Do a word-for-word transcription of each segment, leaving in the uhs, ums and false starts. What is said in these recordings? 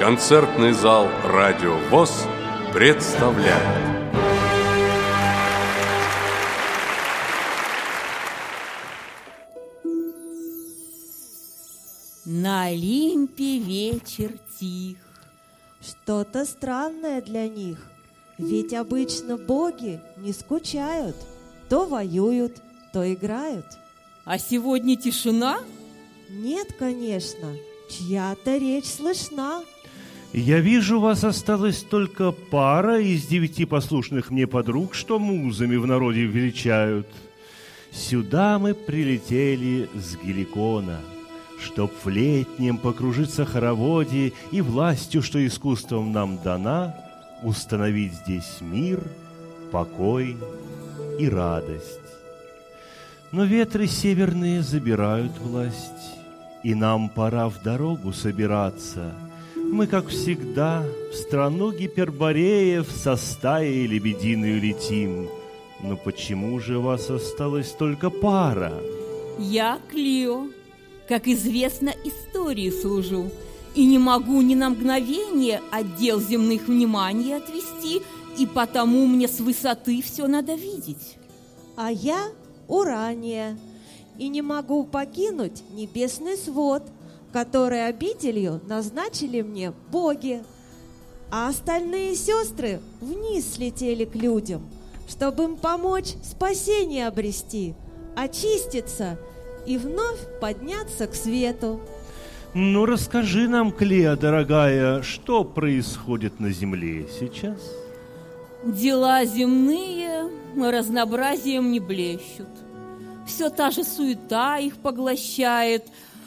Концертный зал «Радио ВОС» представляет. На Олимпе вечер тих. Что-то странное для них, ведь обычно боги не скучают, то воюют, то играют. А сегодня тишина? Нет, конечно, чья-то речь слышна. Я вижу, у вас осталась только пара из девяти послушных мне подруг, что музами в народе величают. Сюда мы прилетели с Геликона, чтоб в летнем покружиться хороводе и властью, что искусством нам дана, установить здесь мир, покой и радость. Но ветры северные забирают власть, и нам пора в дорогу собираться. Мы, как всегда, в страну гипербореев со стаей лебединую летим. Но почему же у вас осталась только пара? Я Клио. Как известно, истории служу, и не могу ни на мгновение отдел земных внимания отвести, и потому мне с высоты все надо видеть. А я Урания, и не могу покинуть небесный свод, который обителью назначили мне боги. А остальные сестры вниз слетели к людям, чтобы им помочь спасение обрести, очиститься и вновь подняться к свету. Ну, расскажи нам, Клея, дорогая, что происходит на земле сейчас? Дела земные разнообразием не блещут. Все та же суета их поглощает.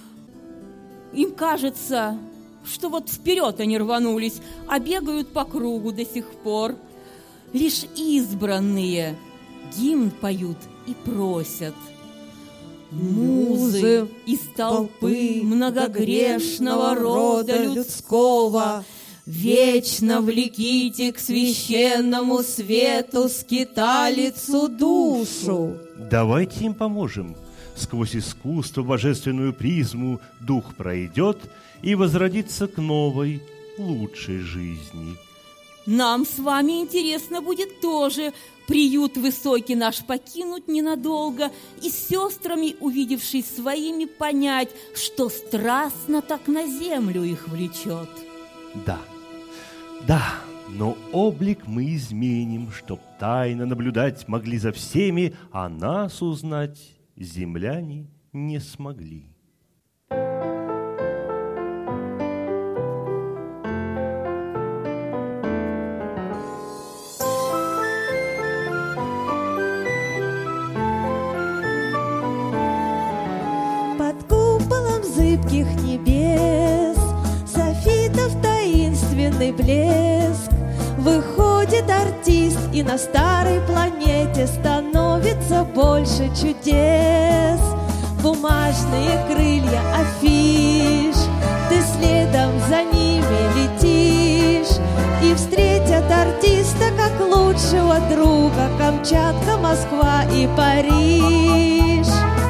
Им кажется, что вот вперед они рванулись, а бегают по кругу до сих пор. Лишь избранные гимн поют и просят. Музы из толпы многогрешного рода людского, вечно влеките к священному свету скиталицу душу. Давайте им поможем. Сквозь искусство, божественную призму дух пройдет и возродится к новой, лучшей жизни. Нам с вами интересно будет тоже приют высокий наш покинуть ненадолго и с сестрами, увидевшись своими, понять, что страстно так на землю их влечет. Да, да, но облик мы изменим, чтоб тайно наблюдать могли за всеми, а нас узнать земляне не смогли. Зыбких небес, софитов таинственный блеск. Выходит артист, и на старой планете становится больше чудес. Бумажные крылья афиш, ты следом за ними летишь, и встретят артиста как лучшего друга Камчатка, Москва и Париж.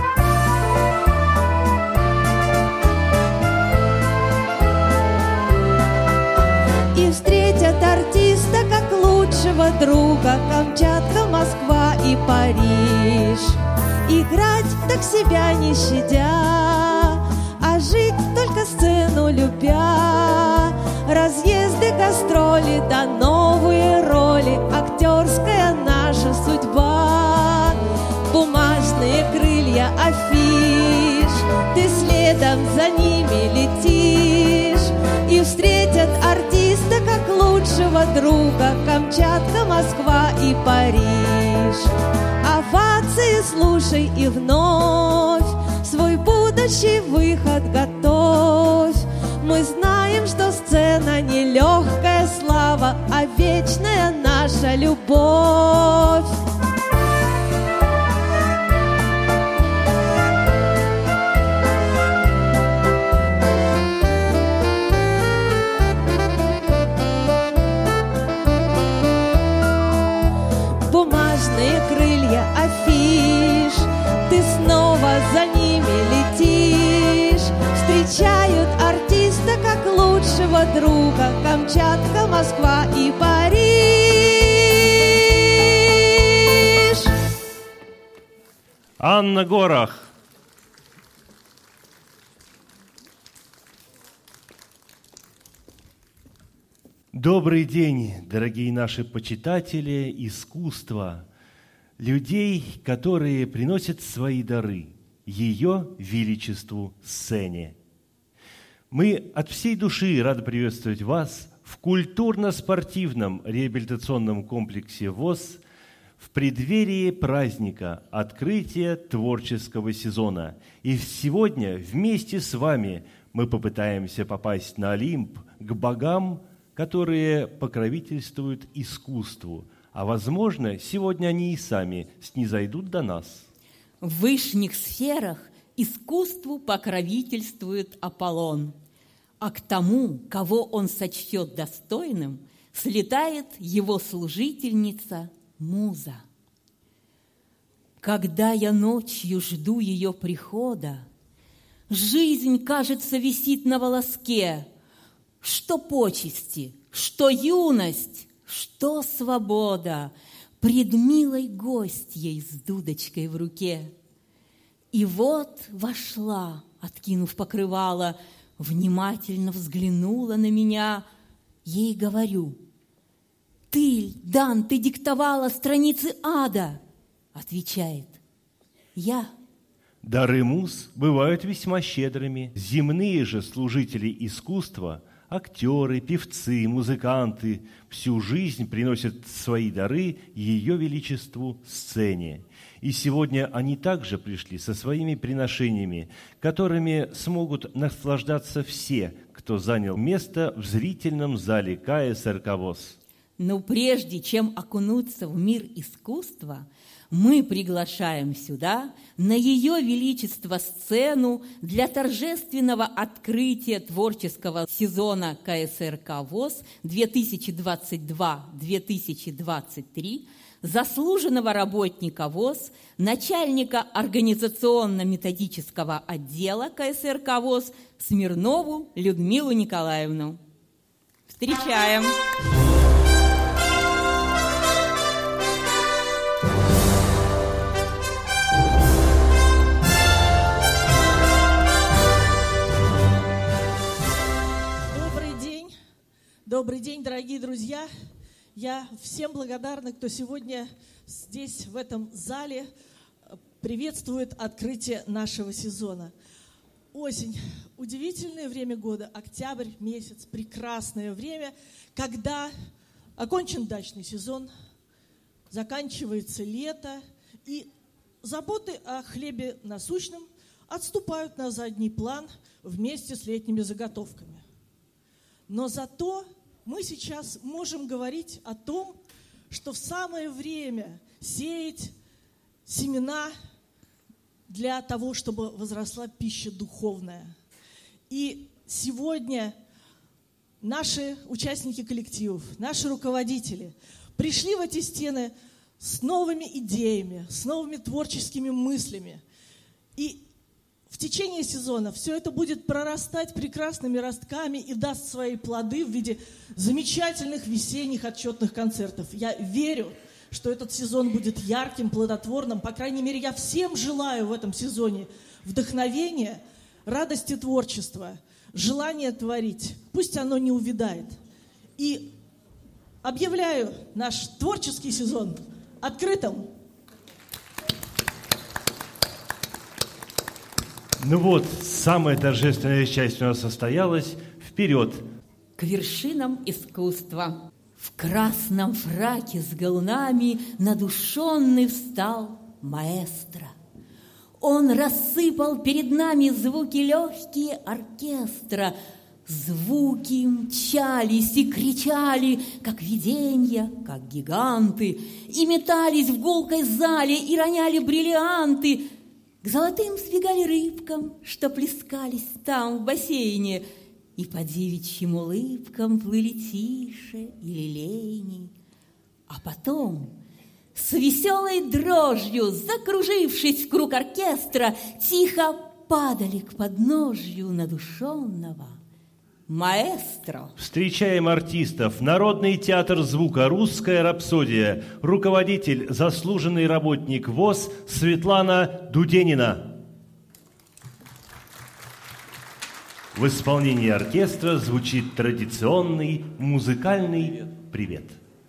Встретят артиста как лучшего друга Камчатка, Москва и Париж. Играть так себя не щадя, а жить только сцену любя. Разъезды, гастроли, да новые роли, актерская наша судьба. Бумажные крылья афиш, ты следом за ними летишь, и встретят артиста как лучшего друга Камчатка, Москва и Париж. Овации слушай и вновь свой будущий выход готовь. Мы знаем, что сцена не легкая слава, а вечная наша любовь. Бумажные крылья афиш, ты снова за ними летишь. Встречают артиста как лучшего подруга, Камчатка, Москва и Париж. Анна Горах. Добрый день, дорогие наши почитатели искусства, людей, которые приносят свои дары Ее Величеству сцене. Мы от всей души рады приветствовать вас в культурно-спортивном реабилитационном комплексе ВОС в преддверии праздника открытия творческого сезона. И сегодня вместе с вами мы попытаемся попасть на Олимп к богам, которые покровительствуют искусству, а, возможно, сегодня они и сами снизойдут до нас. В вышних сферах искусству покровительствует Аполлон, а к тому, кого он сочтет достойным, слетает его служительница Муза. Когда я ночью жду ее прихода, жизнь, кажется, висит на волоске. Что почести, что юность, что свобода пред милой гостьей с дудочкой в руке. И вот вошла, откинув покрывало, внимательно взглянула на меня. Ей говорю: «Ты, Дан, ты диктовала страницы ада!» Отвечает: «Я». Дары муз бывают весьма щедрыми. Земные же служители искусства, актеры, певцы, музыканты всю жизнь приносят свои дары Ее Величеству сцене. И сегодня они также пришли со своими приношениями, которыми смогут наслаждаться все, кто занял место в зрительном зале ка эс эр ка ВОС. Но прежде чем окунуться в мир искусства, мы приглашаем сюда, на Ее Величество сцену для торжественного открытия творческого сезона ка эс эр ка ВОС две тысячи двадцать два — две тысячи двадцать три заслуженного работника ВОС, начальника организационно-методического отдела ка эс эр ка ВОС Смирнову Людмилу Николаевну. Встречаем! Добрый день, дорогие друзья! Я всем благодарна, кто сегодня здесь, в этом зале, приветствует открытие нашего сезона. Осень – удивительное время года, октябрь месяц, прекрасное время, когда окончен дачный сезон, заканчивается лето, и заботы о хлебе насущном отступают на задний план вместе с летними заготовками. Но зато мы сейчас можем говорить о том, что в самое время сеять семена для того, чтобы возросла пища духовная. И сегодня наши участники коллективов, наши руководители пришли в эти стены с новыми идеями, с новыми творческими мыслями. И в течение сезона все это будет прорастать прекрасными ростками и даст свои плоды в виде замечательных весенних отчетных концертов. Я верю, что этот сезон будет ярким, плодотворным. По крайней мере, я всем желаю в этом сезоне вдохновения, радости творчества, желания творить. Пусть оно не увядает. И объявляю наш творческий сезон открытым. Ну вот, самая торжественная часть у нас состоялась. Вперед! К вершинам искусства. В красном фраке с галунами надушенный встал маэстро. Он рассыпал перед нами звуки легкие оркестра. Звуки мчались и кричали, как виденья, как гиганты, и метались в гулкой зале, и роняли бриллианты. К золотым сбегали рыбкам, что плескались там в бассейне, и по девичьим улыбкам плыли тише и лилейней. А потом, с веселой дрожью, закружившись в круг оркестра, тихо падали к подножью надушенного маэстро. Встречаем артистов. Народный театр звука «Русская рапсодия». Руководитель, заслуженный работник ВОС Светлана Дуденина. В исполнении оркестра звучит традиционный музыкальный привет.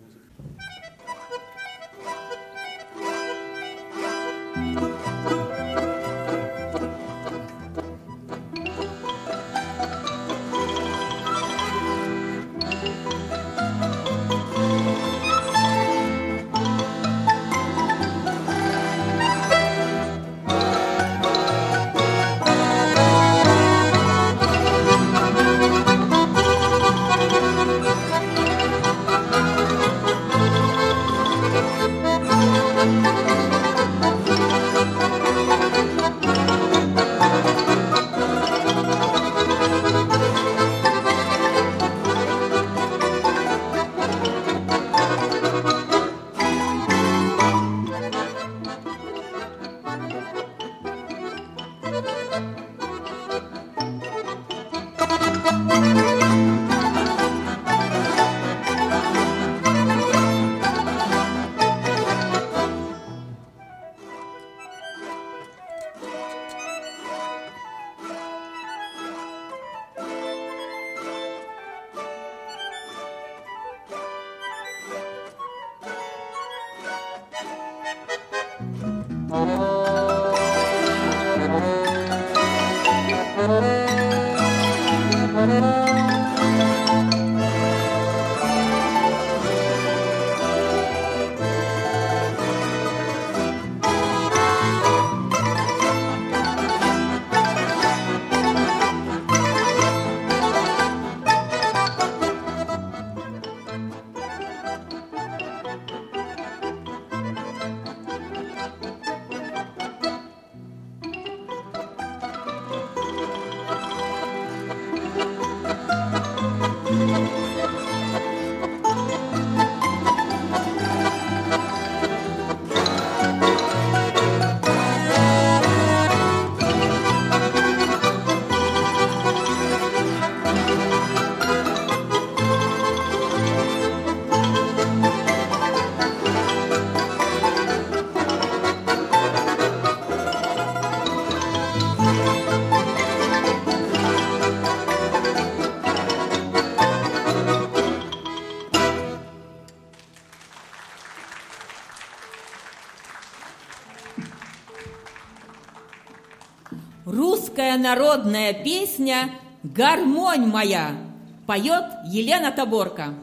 Русская народная песня «Гармонь моя» поет Елена Таборко.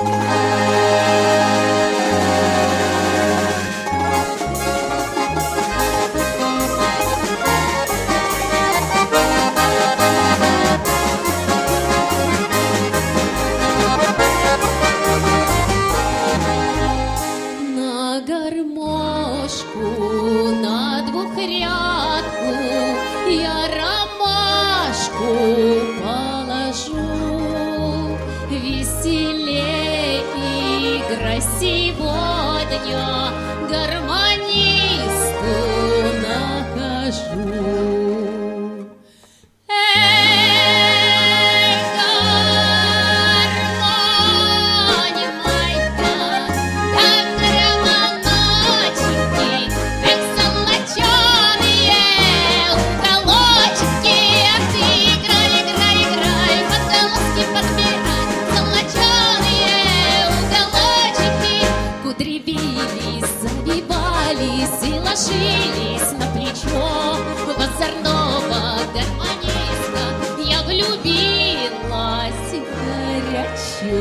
На гармошку, на двухрядку я ромашку положу. Веселей игра сегодня, гармонисту нахожу. Ложились на плечо в озорного гармониста. Я влюбилась горячо.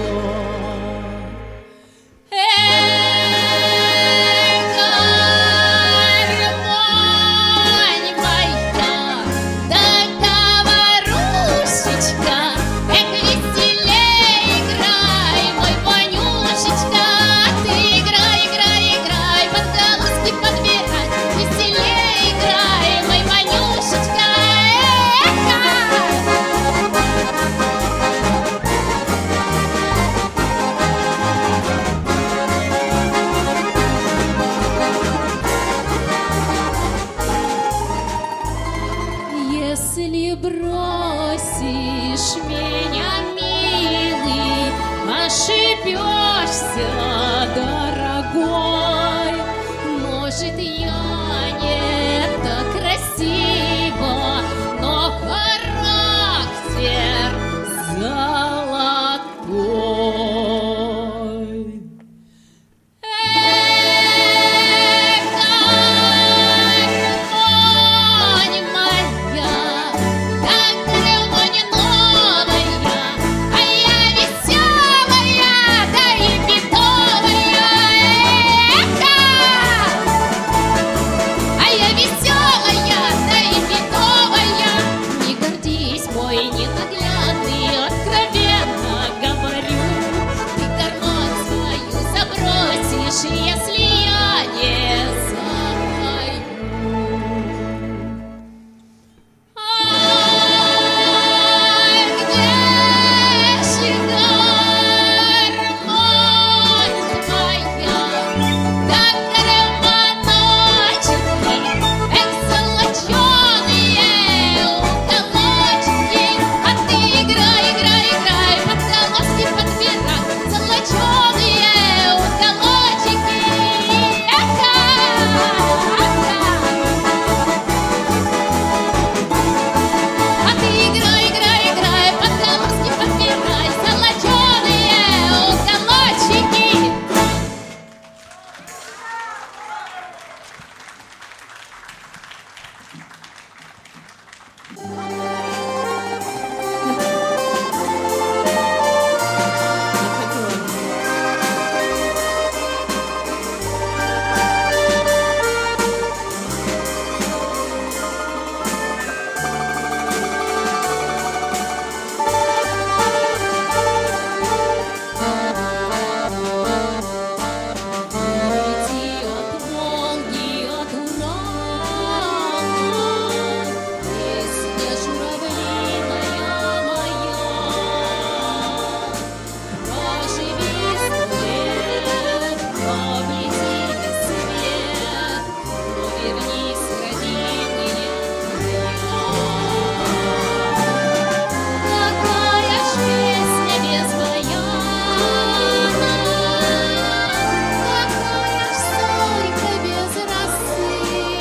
Если бросишь меня ошибешься, дорогой. Может, я не так красива, но характер золотой. Если я не запою. Ай, где же гармонь твоя, как гармоночки, эх, золоченые уголочки, а ты играй, играй, играй, под колоски подбирай, золоченые уголочки. А ты играй, играй, играй, по-заморски подбирай золоченые уголочки. Уйди от Волги, от Урала, песня журавлиная моя. Проживи свет, облети свет, но вернись, родимые Какая ж песня без баяна, какая ж сойка без росы,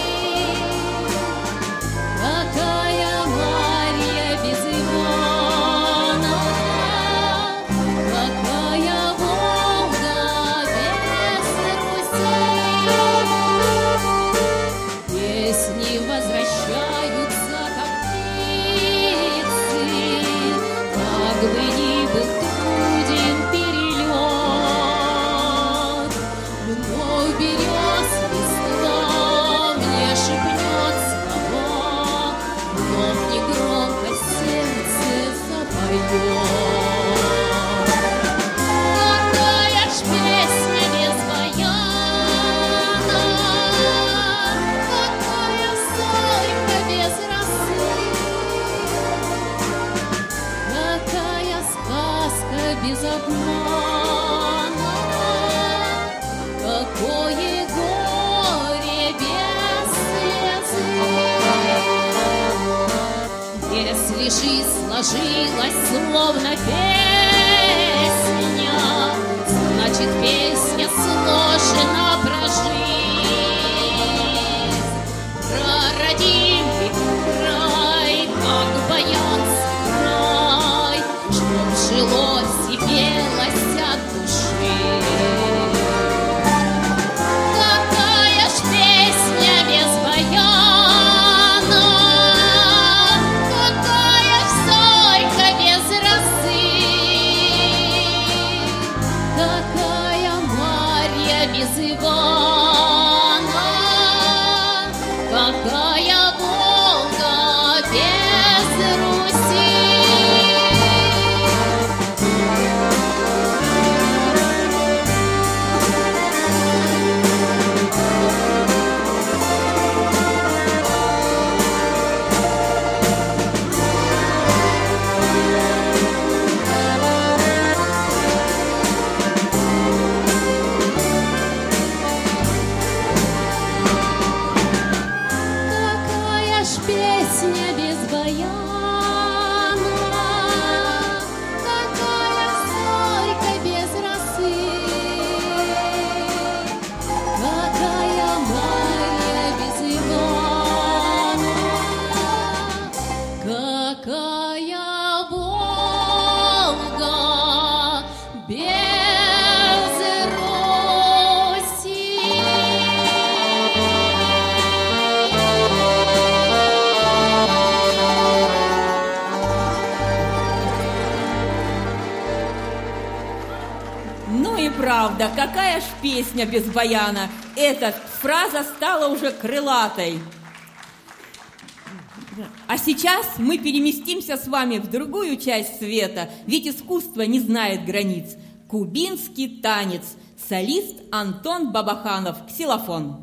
какая Марья без Ивана, какая Волга без гусей. Песни возвращаются, как птицы, как бы ни был труден перелет, но берез листва мне шепнет слова, вновь негромко сердце запоет. Какая ж песня без баяна, какая сойка без росы, какая сказка без обмана, какое горе без слезы. Если жизнь сложилась словно песня, значит, песня сложена про жизнь, про родимый край, как баянский край, чтоб жилось и пелось от души. Какая ж песня без баяна, какая ж сойка без росы, какая Марья без Ивана. какая Волга без роси. Ну и правда, какая ж песня без баяна. Эта фраза стала уже крылатой. А сейчас мы переместимся с вами в другую часть света, ведь искусство не знает границ. Кубинский танец. Солист Антон Бабаханов. Ксилофон.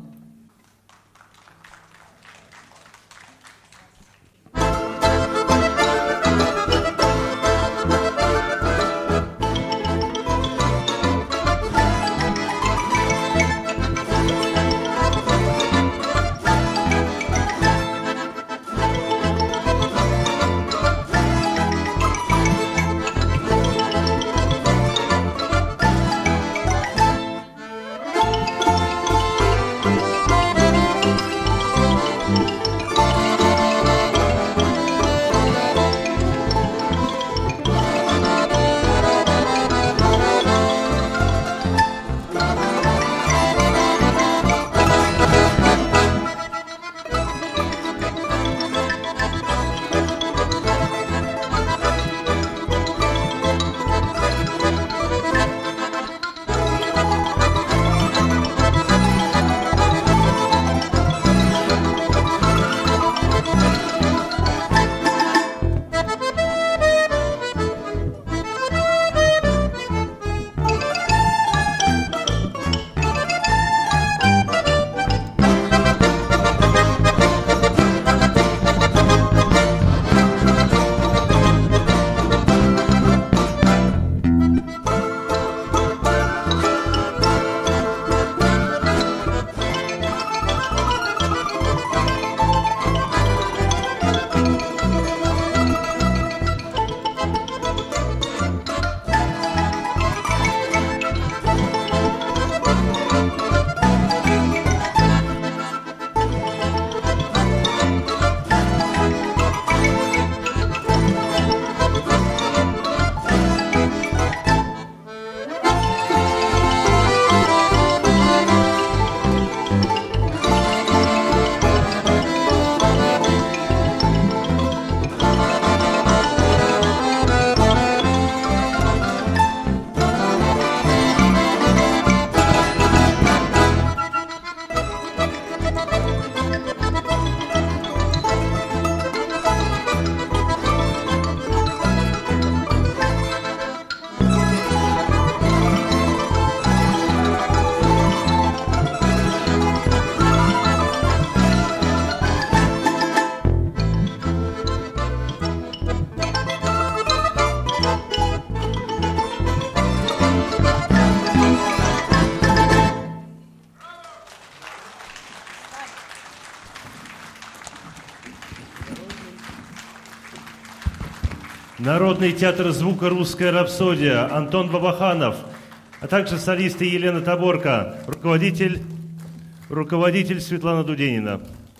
Народный театр звука «Русская рапсодия» Антон Бабаханов, а также солисты Елена Таборко, руководитель, руководитель Светлана Дуденина.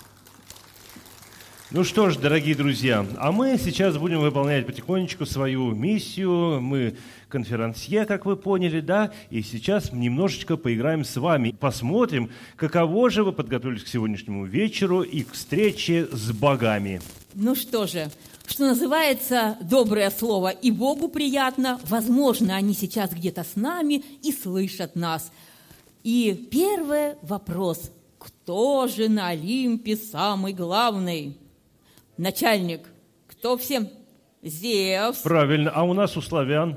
Ну что ж, дорогие друзья, а мы сейчас будем выполнять потихонечку свою миссию. Мы конферансье, как вы поняли, да? И сейчас немножечко поиграем с вами. Посмотрим, каково же вы подготовились к сегодняшнему вечеру и к встрече с богами. Ну что же, что называется, доброе слово и Богу приятно. Возможно, они сейчас где-то с нами и слышат нас. И первый вопрос. Кто же на Олимпе самый главный? Начальник. Кто всем? Зевс. Правильно. А у нас у славян?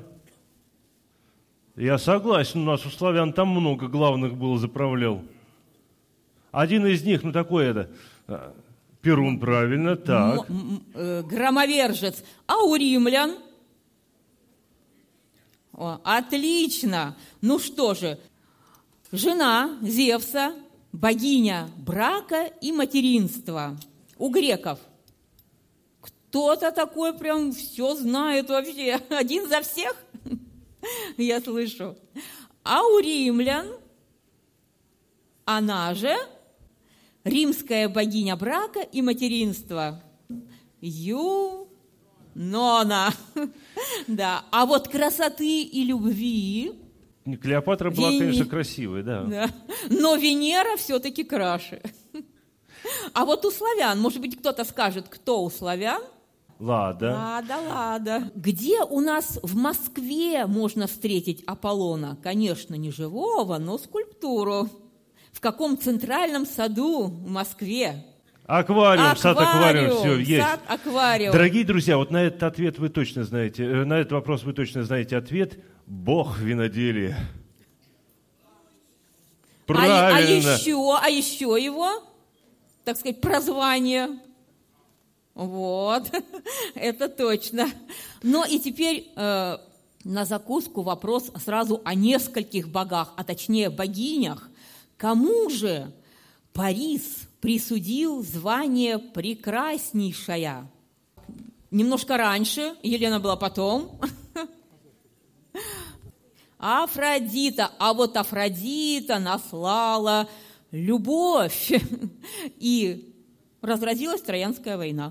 Я согласен, у нас у славян там много главных было, заправлял. Один из них, ну такой это, Перун, правильно, так. М- м- громовержец. А у римлян? О, отлично. Ну что же, жена Зевса, богиня брака и материнства. У греков кто-то такой прям все знает вообще. Один за всех? Я слышу. А у римлян, она же римская богиня брака и материнства. Ю... Нона. Да. А вот красоты и любви... Клеопатра была, Вене... конечно, красивой, да. да. Но Венера все-таки краше. А вот у славян, может быть, кто-то скажет, кто у славян? Лада. Лада, Лада. Где у нас в Москве можно встретить Аполлона? Конечно, не живого, но скульптуру. В каком центральном саду в Москве? Аквариум, аквариум, сад аквариум, все есть. Сад аквариум. Дорогие друзья, вот на этот ответ вы точно знаете, на этот вопрос вы точно знаете ответ. Бог виноделия. Правильно. А, а еще, а еще его, так сказать, прозвание. Вот, это точно. Но и теперь э, на закуску вопрос сразу о нескольких богах, а точнее богинях. Кому же Парис присудил звание «прекраснейшая»? Немножко раньше, Елена была потом. Афродита. А вот Афродита наслала любовь. И разразилась Троянская война.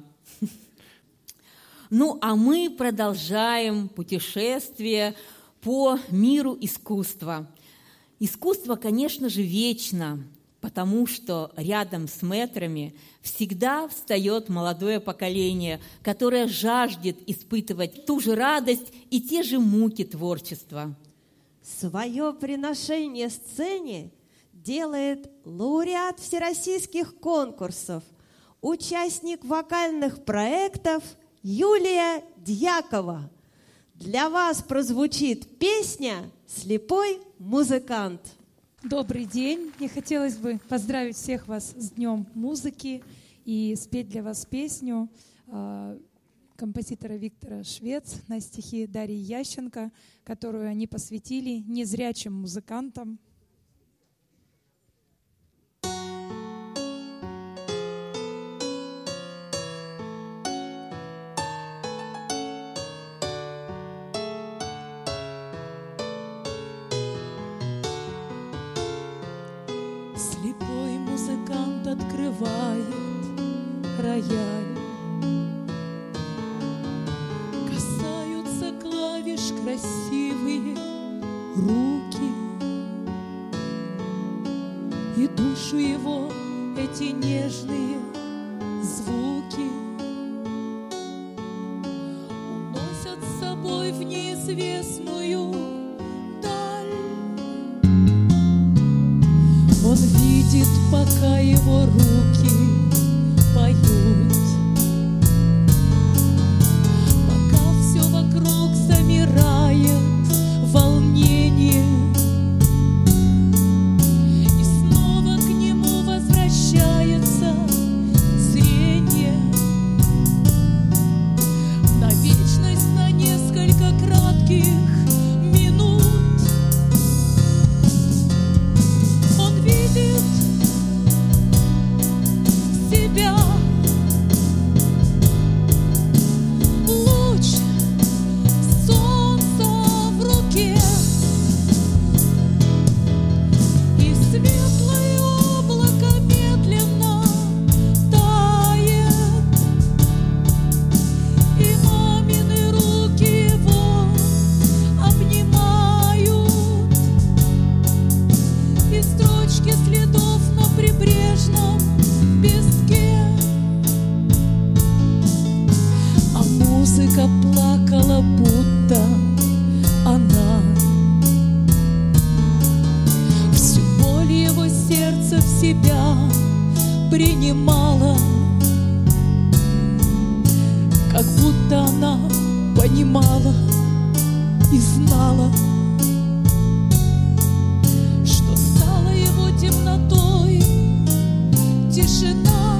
Ну, а мы продолжаем путешествие по миру искусства. Искусство, конечно же, вечно, потому что рядом с мэтрами всегда встает молодое поколение, которое жаждет испытывать ту же радость и те же муки творчества. Свое приношение сцене делает лауреат всероссийских конкурсов, участник вокальных проектов Юлия Дьякова. Для вас прозвучит песня «Слепой музыкант». Добрый день! Мне хотелось бы поздравить всех вас с Днем музыки и спеть для вас песню э, композитора Виктора Швец на стихи Дарьи Ященко, которую они посвятили незрячим музыкантам. Слепой музыкант открывает рояль, касаются клавиш красивые руки, и душу его эти нежные звуки уносят с собой в неизвестную даль. Он видит, пока его руки поют, пока все вокруг замирает волнение, и снова к нему возвращается зрение. На вечность, на несколько кратких минут он видит себя. Луч солнца в руке, и светлое облако медленно тает, и мамины руки его обнимают, и строчки следов на прибрежном песке. А музыка плакала, будто она всю боль его сердца в себя принимала, как будто она понимала и знала, что стала его темнотой тишина.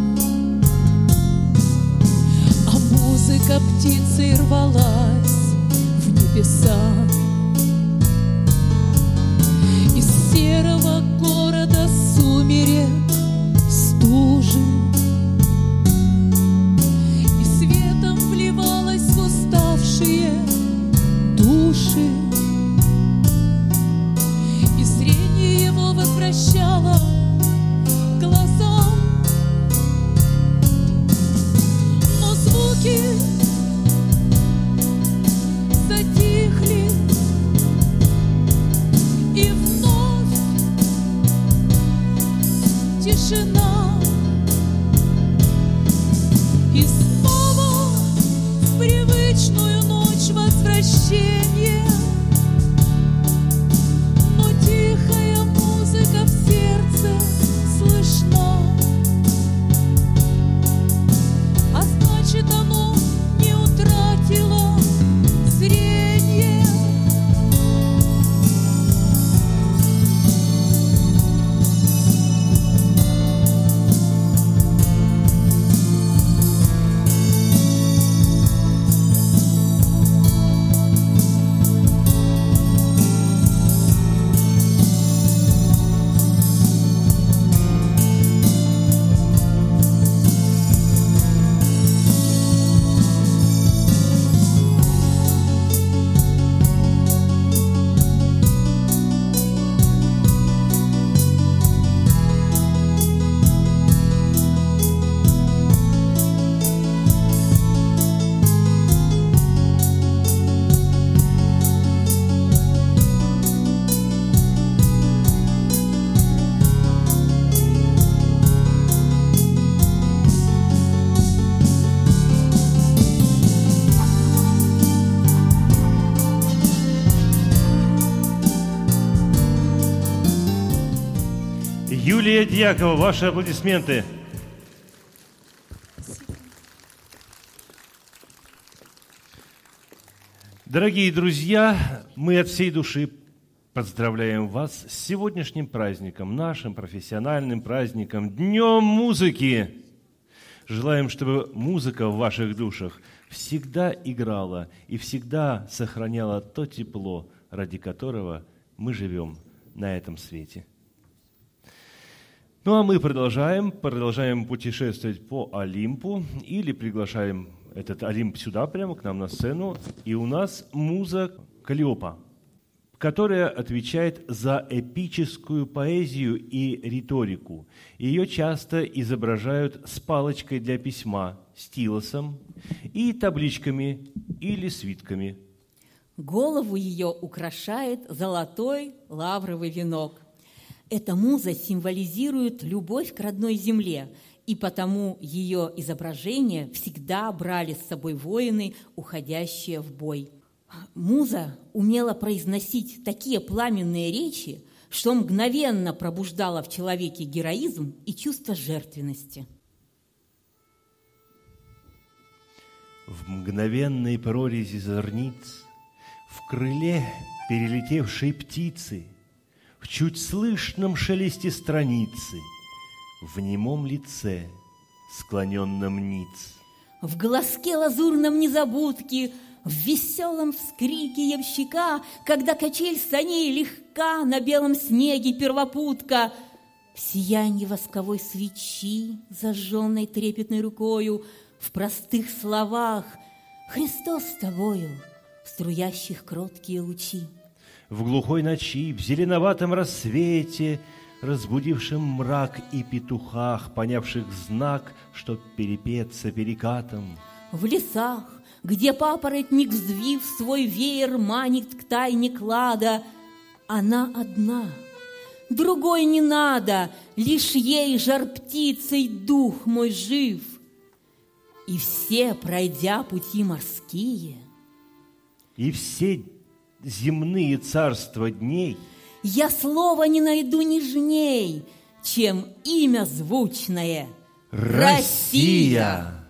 А музыка птицей рвалась в небеса. Из серого города сумерек стужи, и светом вливалась в уставшие души, и зрение его возвращало к глазам. Но звуки тишина. И снова в привычную ночь возвращение, но тихая музыка в сердце слышна, а значит, оно не утратило зрение. Юлия Дьякова, ваши аплодисменты. Дорогие друзья, мы от всей души поздравляем вас с сегодняшним праздником, нашим профессиональным праздником, Днем музыки. Желаем, чтобы музыка в ваших душах всегда играла и всегда сохраняла то тепло, ради которого мы живем на этом свете. Ну а мы продолжаем, продолжаем путешествовать по Олимпу или приглашаем этот Олимп сюда, прямо к нам на сцену. И у нас муза Каллиопа, которая отвечает за эпическую поэзию и риторику. Ее часто изображают с палочкой для письма, стилусом и табличками или свитками. Голову ее украшает золотой лавровый венок. Эта муза символизирует любовь к родной земле, и потому ее изображение всегда брали с собой воины, уходящие в бой. Муза умела произносить такие пламенные речи, что мгновенно пробуждала в человеке героизм и чувство жертвенности. В мгновенной прорези зорниц, в крыле перелетевшей птицы, в чуть слышном шелесте страницы, в немом лице, склоненном ниц, в голоске лазурном незабудки, в веселом вскрике ямщика, когда качель саней легка на белом снеге первопутка, в сиянье восковой свечи, зажженной трепетной рукою, в простых словах «Христос с тобою», в струящих кроткие лучи. В глухой ночи, в зеленоватом рассвете, разбудившем мрак и петухах, понявших знак, чтоб перепеться перекатом. В лесах, где папоротник, взвив свой веер, манит к тайне клада, она одна, другой не надо, лишь ей жар птицей дух мой жив. И все, пройдя пути морские, и все земные царства дней, я слова не найду нежней, чем имя звучное «Россия».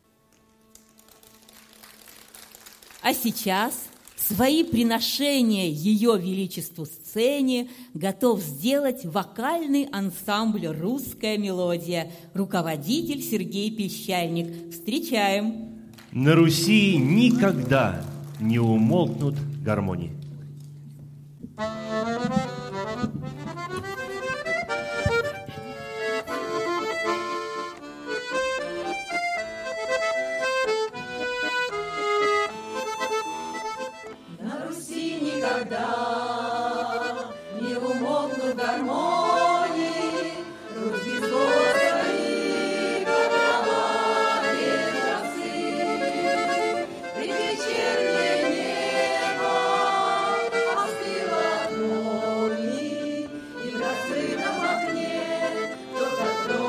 А сейчас свои приношения Ее Величеству сцене готов сделать вокальный ансамбль «Русская мелодия», руководитель Сергей Пещальник. Встречаем! На Руси никогда не умолкнут гармонии. На Руси никогда не умолкнут гармонии, грудь звездой своих, как ветровцы, при вечернее небо остыло от молнии, и в раскрытом окне кто-то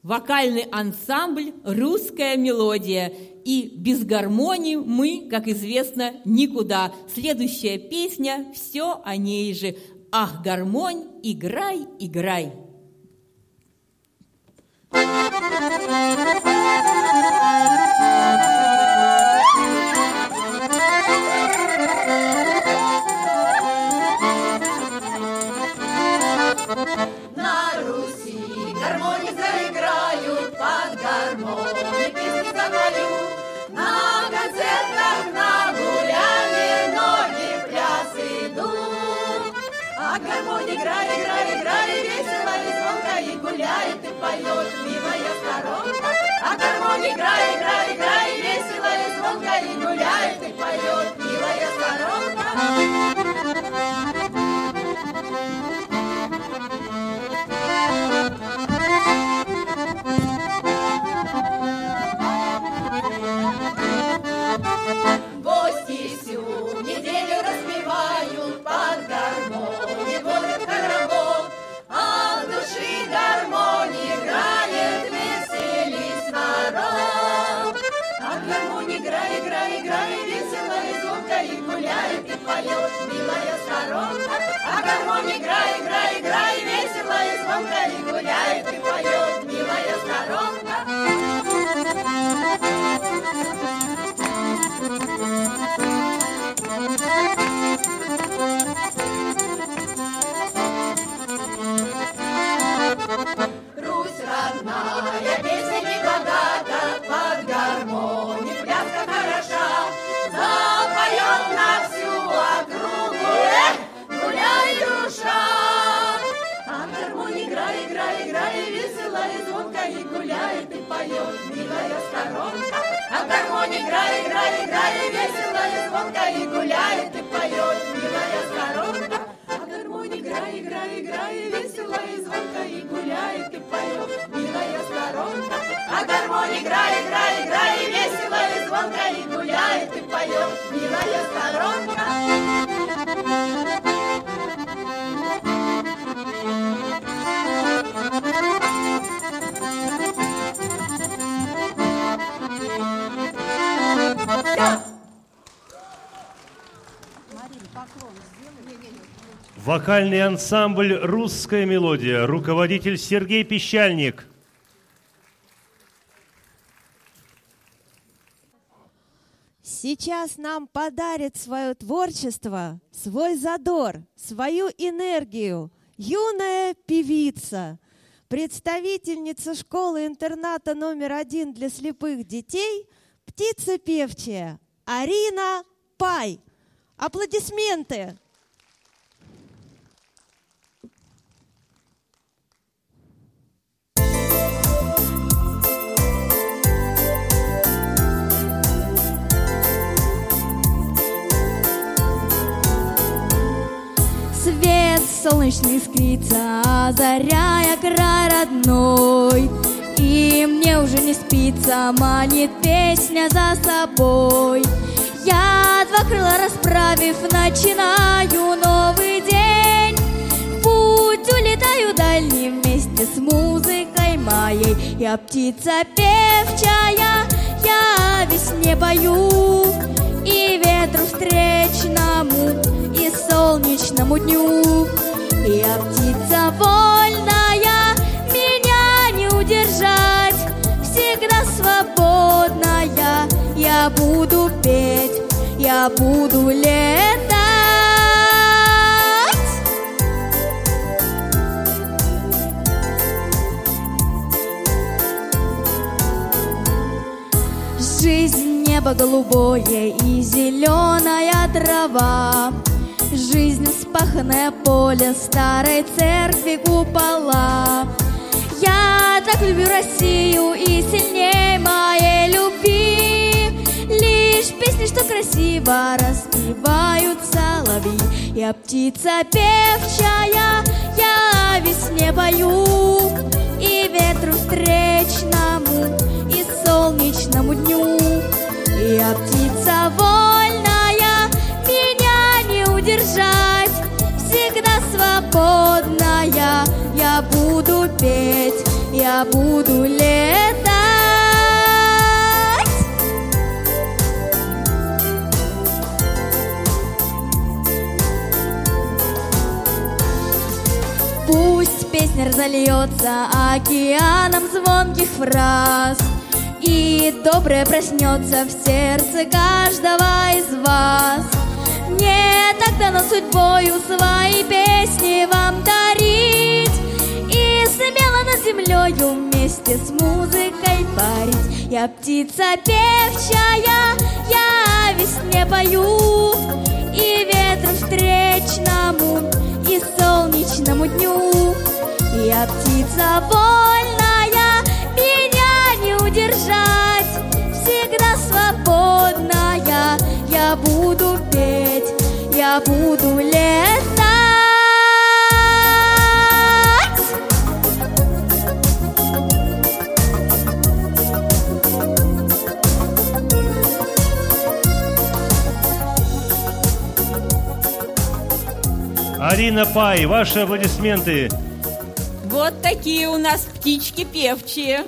Вокальный ансамбль «Русская мелодия». И без гармонии мы, как известно, никуда. Следующая песня «Все о ней же». Ах, гармонь, играй, играй. На Руси гармонии заиграют, под гармонии песни запоют. На концертах, на гулянье ноги в пляс идут. А гармония играй, играй, играй, весело и звонко и гуляет и поет милая сторонка. А гармония играй, играй, играй, весело и звонко и гуляет и поет милая сторонка. Гости всю неделю распевают под гармонию город хоровод. А в души гармония играет, веселись народ. А гармония играй, играй, играй, весело и звонко и гуляет и поет милая сторонка. А гармония играй, играй, играй, весело и звонко и гуляет и поет милая сторонка. Русь родная, песня не богата, под гармонию пляска хороша. Запоет на всю округу, эх, гуляй, душа. А гармония играй, играй, играй, весело и звонко и гуляет и поет милая сторонка. А гармония играй, играй, играй, весело и звонко и гуляет и поет милая сторонка. А гармония играй, играй, играй, весело и звонко и гуляет и поет милая сторонка. А гармония играй, играй, играй, весело и звонко и гуляет и поет милая сторонка. Вокальный ансамбль «Русская мелодия». Руководитель Сергей Пищальник. Сейчас нам подарит свое творчество, свой задор, свою энергию юная певица, представительница школы-интерната номер один для слепых детей, птица певчая Арина Пай. Аплодисменты! Свет солнечный искрится, озаряя край родной. И мне уже не спится, манит песня за собой. Я два крыла расправив, начинаю новый день. В путь улетаю дальний вместе с музыкой моей. Я птица певчая, я весне пою, и ветру встречному, и солнечному дню. Я птица вольная, меня не удержать, всегда свободная. Я буду петь, я буду летать. Жизнь небо голубое и зеленая трава, жизнь вспаханное поле старой церкви купола. Я так люблю Россию и сильней моей любви лишь песни, что красиво распевают соловьи. Я птица певчая, я весне пою, и ветру встречному, и солнечному дню. Я птица вольная, меня не удержать, всегда всегда свободная. Я буду петь, я буду летать. Пусть песня разольется океаном звонких фраз, и доброе проснется в сердце каждого из вас. Мне так дано судьбою свои песни вам дарить, и смело над землею вместе с музыкой парить. Я птица певчая, я о весне пою, и ветру встречному, и солнечному дню. Я птица вольная, меня не удержать, всегда свободная. Я буду петь, я буду летать. Арина Пай, ваши аплодисменты. Вот такие у нас птички певчие.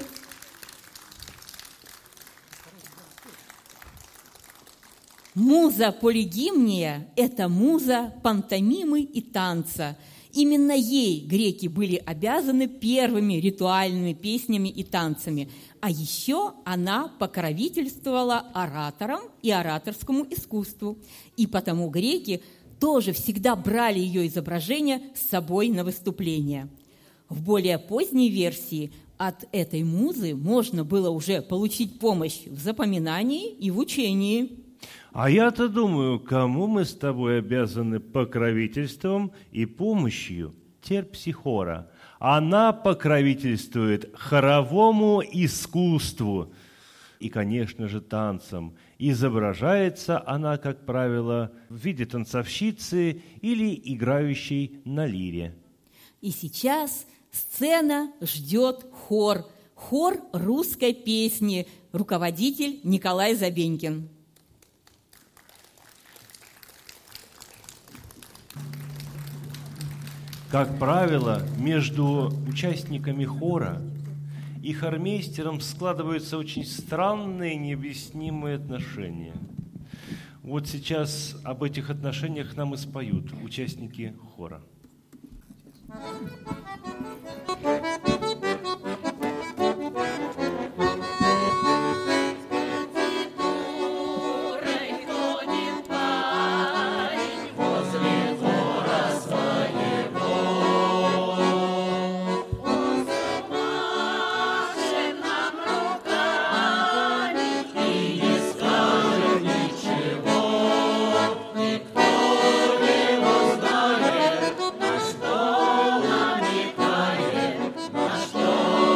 Муза полигимния – это муза пантомимы и танца. Именно ей греки были обязаны первыми ритуальными песнями и танцами. А еще она покровительствовала ораторам и ораторскому искусству. И потому греки тоже всегда брали ее изображение с собой на выступления. В более поздней версии от этой музы можно было уже получить помощь в запоминании и в учении. А я-то думаю, кому мы с тобой обязаны покровительством и помощью? Терпсихора. Она покровительствует хоровому искусству и, конечно же, танцам. Изображается она, как правило, в виде танцовщицы или играющей на лире. И сейчас сцена ждет хор. Хор русской песни. Руководитель Николай Забенькин. Как правило, между участниками хора и хормейстером складываются очень странные, необъяснимые отношения. Вот сейчас об этих отношениях нам и споют участники хора. Что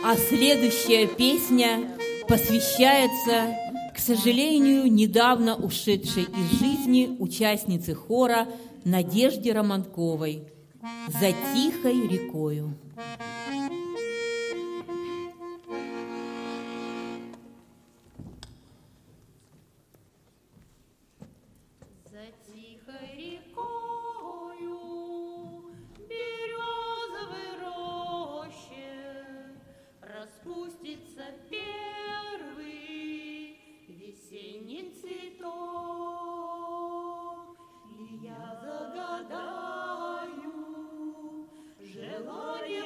А следующая песня посвящается, к сожалению, недавно ушедшей из жизни участнице хора Надежде Романковой «За тихой рекою». Распустится первый весенний цветок, и я загадаю желание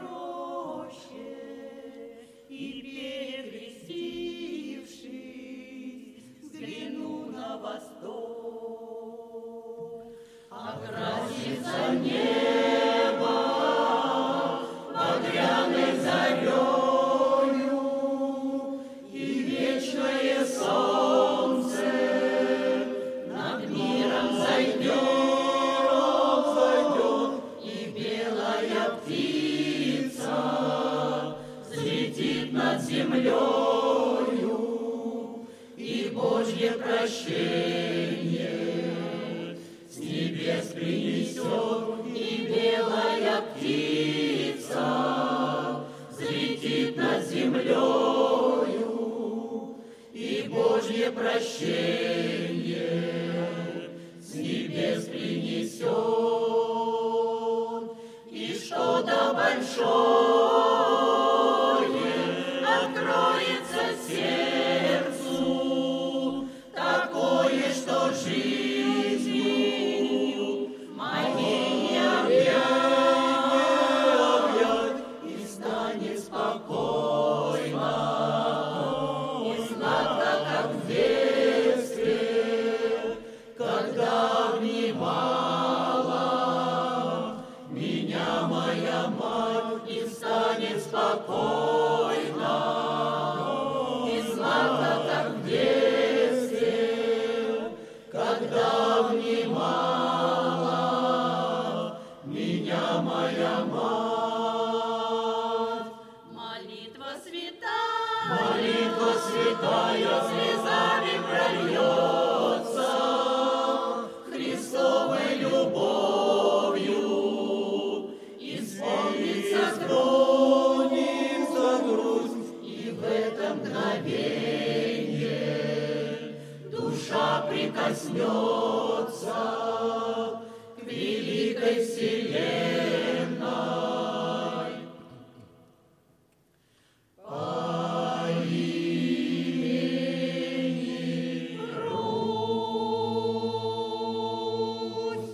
попроще, и перекрестившись, взгляну на восток. Окрасится небо багряной зарей, солнце над миром зайдет, зайдет, и белая птица взлетит над землею, и Божье прощение с небес принесет, и белая птица взлетит над землею, и Божье прощение с небес принесет, и что-то большое откроется сердцу, такое, что жизнью моей не объять, и станет спокойно. Когда обнимала меня моя мать, и станет спокойно, и сладко, как в детстве, когда обнимала меня моя мать. Молитва святая, молитва святая слезами прольется, Христовой любовью исполнится, склонится грусть, и в это мгновенье душа прикоснется к великой вселенной. По имени Русь.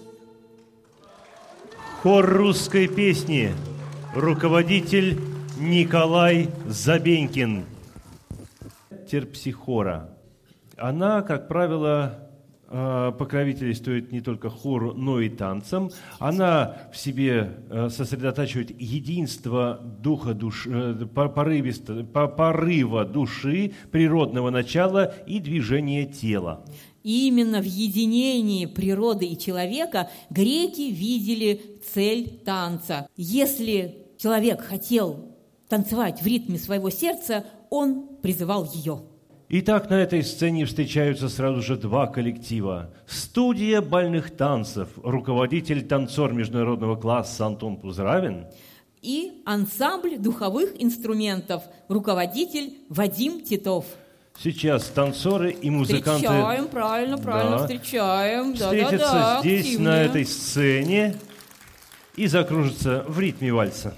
Хор русской песни. Руководитель Николай Забенькин. Терпсихора. Она, как правило, покровительствует не только хору, но и танцам. Она в себе сосредотачивает единство духа, душ, порывисто, порыва души, природного начала и движения тела. И именно в единении природы и человека греки видели цель танца. Если человек хотел танцевать в ритме своего сердца, он призывал ее. Итак, на этой сцене встречаются сразу же два коллектива. Студия бальных танцев, руководитель танцор международного класса Антон Пузравин, и ансамбль духовых инструментов, руководитель Вадим Титов. Сейчас танцоры и музыканты... Встречаем, правильно, правильно, да, встречаем. встретятся да, да, да, здесь, активнее. на этой сцене, и закружатся в ритме вальса.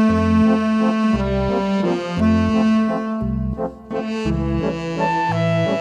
Thank you.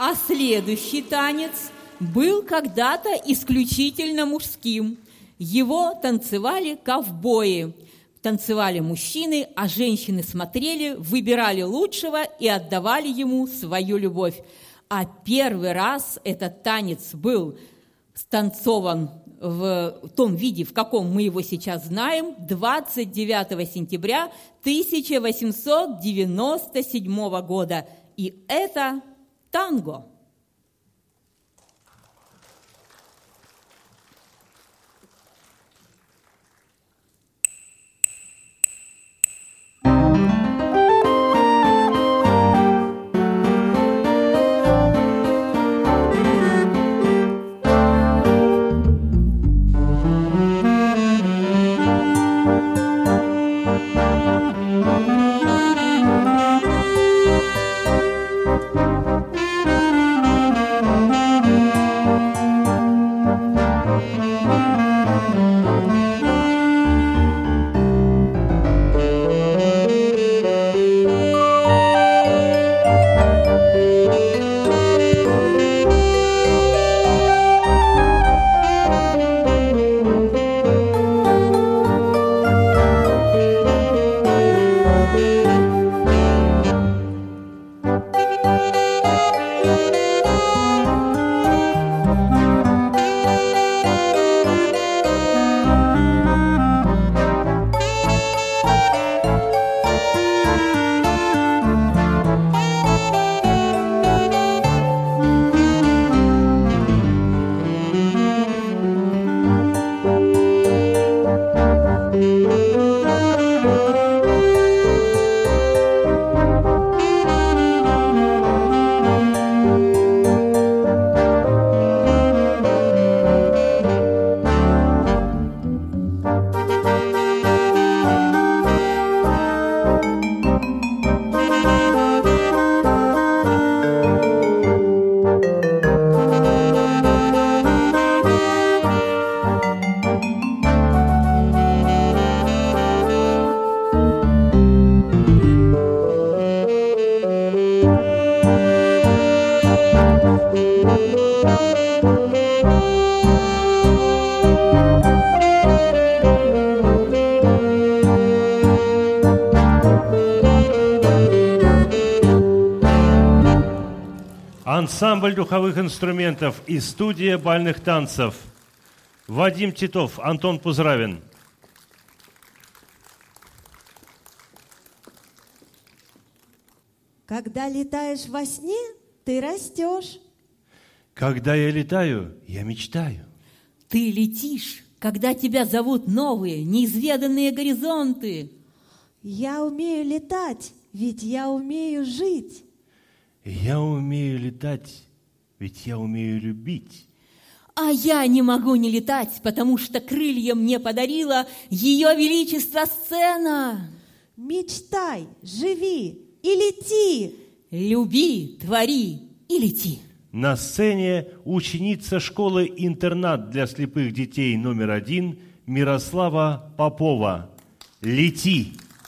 А следующий танец был когда-то исключительно мужским. Его танцевали ковбои. Танцевали мужчины, а женщины смотрели, выбирали лучшего и отдавали ему свою любовь. А первый раз этот танец был станцован в том виде, в каком мы его сейчас знаем, двадцать девятого сентября тысяча восемьсот девяносто седьмого года. И это танго. Ансамбль духовых инструментов и студия бальных танцев. Вадим Титов, Антон Пузравин. Когда летаешь во сне, ты растешь. Когда я летаю, я мечтаю. Ты летишь, когда тебя зовут новые, неизведанные горизонты. Я умею летать, ведь я умею жить. Я умею летать, ведь я умею любить. А я не могу не летать, потому что крылья мне подарила Ее Величество сцена. Мечтай, живи и лети. Люби, твори и лети. На сцене ученица школы-интернат для слепых детей номер один Мирослава Попова. «Лети».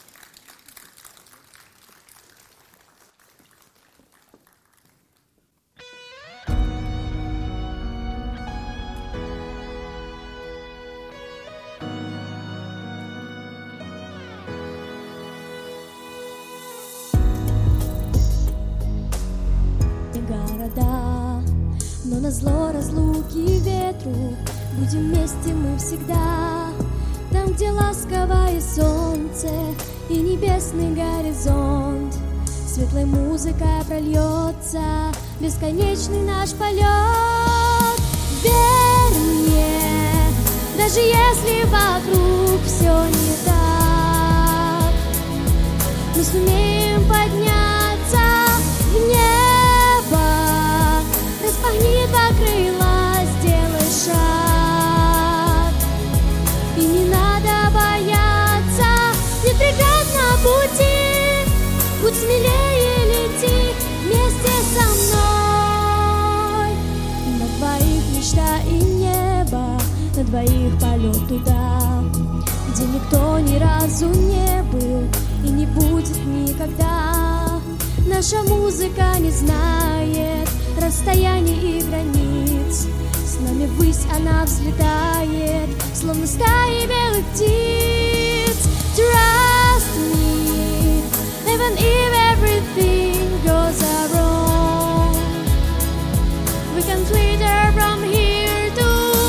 Города, но назло разлуки ветру будем вместе мы всегда. Там, где ласковое солнце и небесный горизонт, светлой музыкой прольется бесконечный наш полет. Верь мне, даже если вокруг все не так, мы сумеем подняться в небо. Распахни два крыла, сделай шаг, и не надо бояться, нет преград на пути. Будь смелее, лети вместе со мной. На двоих мечта и небо, на двоих полет туда, где никто ни разу не был и не будет никогда. Наша музыка не знает расстояний и границ. С нами ввысь она взлетает, словно стаи белых птиц. Trust me, even if everything goes wrong, we can flee there from here to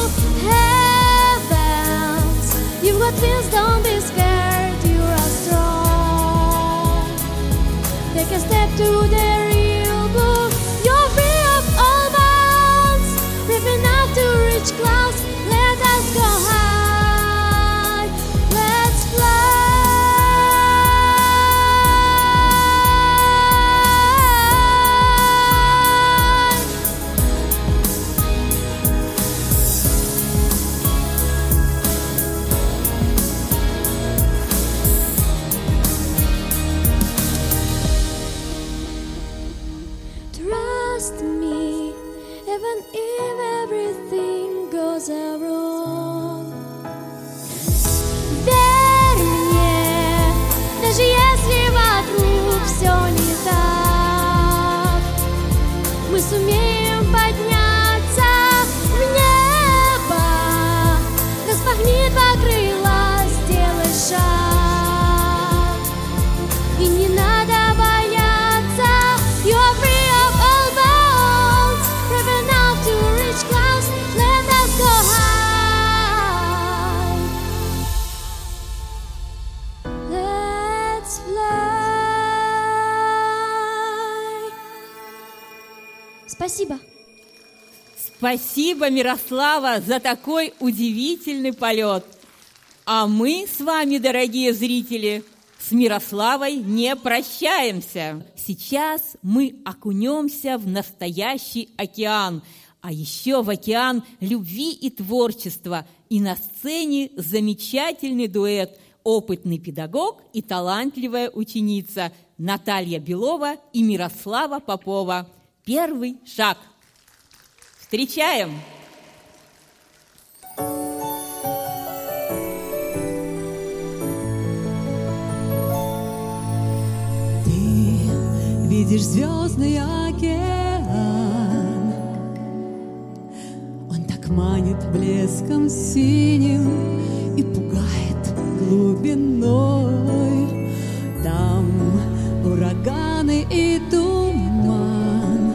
heavens. You've got wings, don't be scared, you are strong. Take a step to the real book. You're free of all bounds, brave enough to reach clouds. Let us go high, let's fly. Trust me, even if everything goes wrong. Верь мне, даже если вокруг все не так, мы сумеем подняться в небо. Распахни два крыла, сделай шаг, и не надо бояться. You are free of all bounds, brave enough to reach clouds. Let us go high, let's fly. Спасибо. Спасибо, Мирослава, за такой удивительный полет. А мы с вами, дорогие зрители, с Мирославой не прощаемся. Сейчас мы окунемся в настоящий океан, а еще в океан любви и творчества. И на сцене замечательный дуэт, опытный педагог и талантливая ученица Наталья Белова и Мирослава Попова. Первый шаг. Встречаем! Видишь звездный океан, он так манит блеском синим и пугает глубиной. Там ураганы и туман,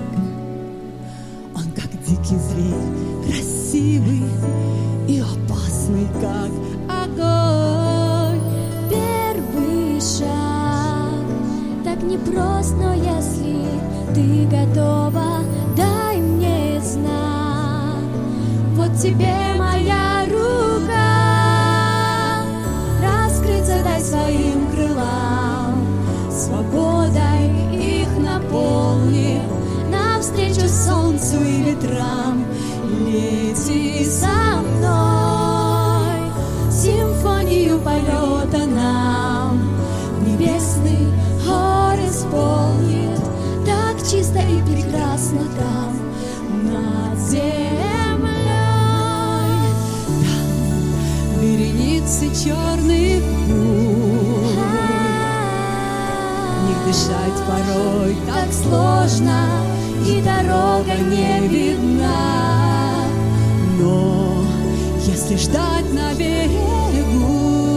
он как дикий зверь, красивый и опасный, как огонь. Первый шаг так непрост, но если ты готова, дай мне знак. Вот тебе моя рука, раскрыться дай своим крылам, свободой их наполни, навстречу солнцу и ветрам. Лети со мной, симфонию полета нам небесный хор исполнит, так чисто и прекрасно там, над землей. Там вереницы черных бурь, в них дышать порой так сложно, и дорога не видна. Но если ждать на берегу,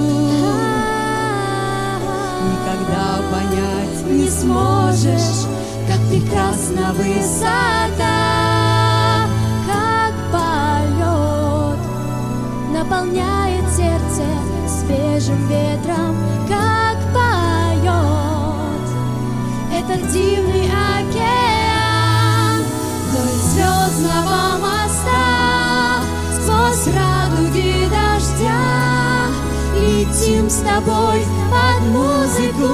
никогда понять не сможешь, как прекрасна высота, как полет наполняет сердце свежим ветром, как поет этот дивный океан. Вдоль звездного моста, сквозь радуги дождя, летим с тобой под музыку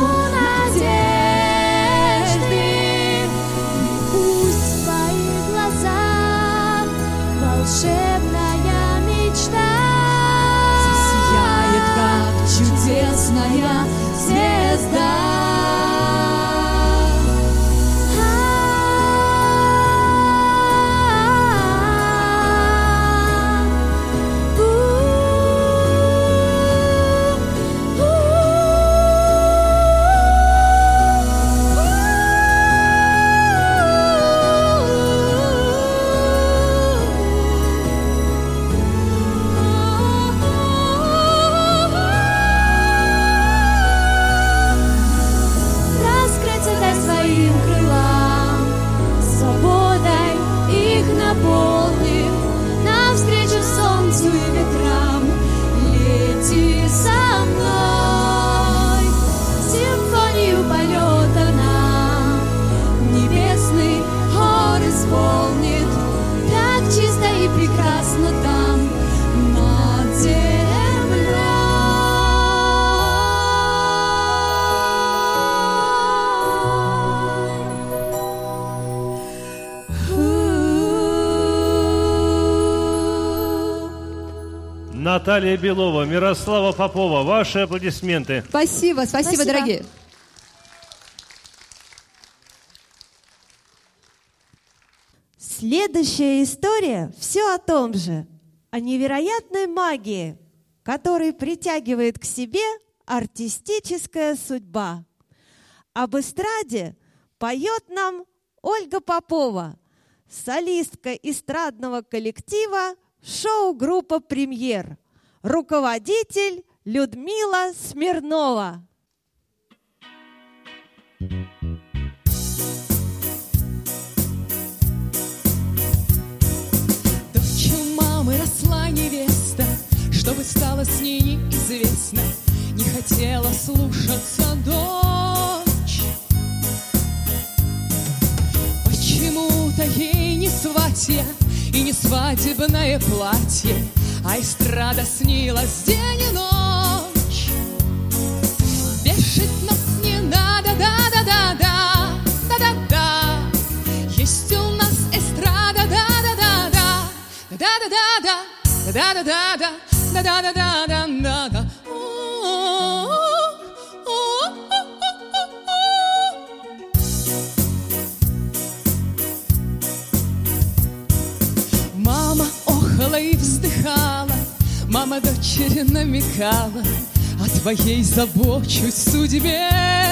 надежды. И пусть в твоих глазах волшебная мечта засияет, как чудесная звезда. Ooh, ooh. Наталья Белова, Мирослава Попова. Ваши аплодисменты. Спасибо, спасибо, спасибо. дорогие. Следующая история все о том же, о невероятной магии, которой притягивает к себе артистическая судьба. Об эстраде поет нам Ольга Попова, солистка эстрадного коллектива шоу-группа «Премьер», руководитель Людмила Смирнова. Дочь у мамы росла невеста, чтобы стало с ней неизвестно, не хотела слушаться дочь. Почему-то ей не сватья и не свадебное платье, а эстрада снилась день и ночь. Вешать нос не надо, да-да-да-да, да-да-да. Есть у нас эстрада, да-да-да-да, да-да-да-да, да-да-да-да, да-да-да-да-да-да. Мама охала и вздыхала, мама дочери намекала: о твоей забочусь судьбе.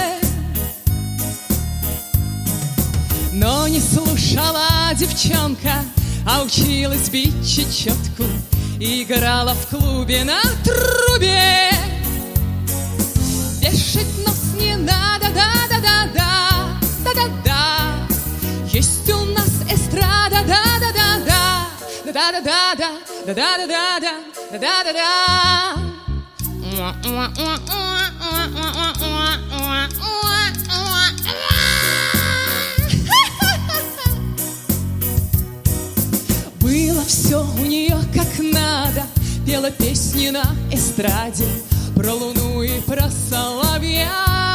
Но не слушала девчонка, а училась бить чечетку и играла в клубе на трубе. Вешать нос не надо, да-да-да-да, да-да-да. Есть у нас эстрада, да-да-да-да, да-да-да-да, да-да-да-да, да-да-да-да. Было все у нее как надо, пела песни на эстраде про луну и про соловья.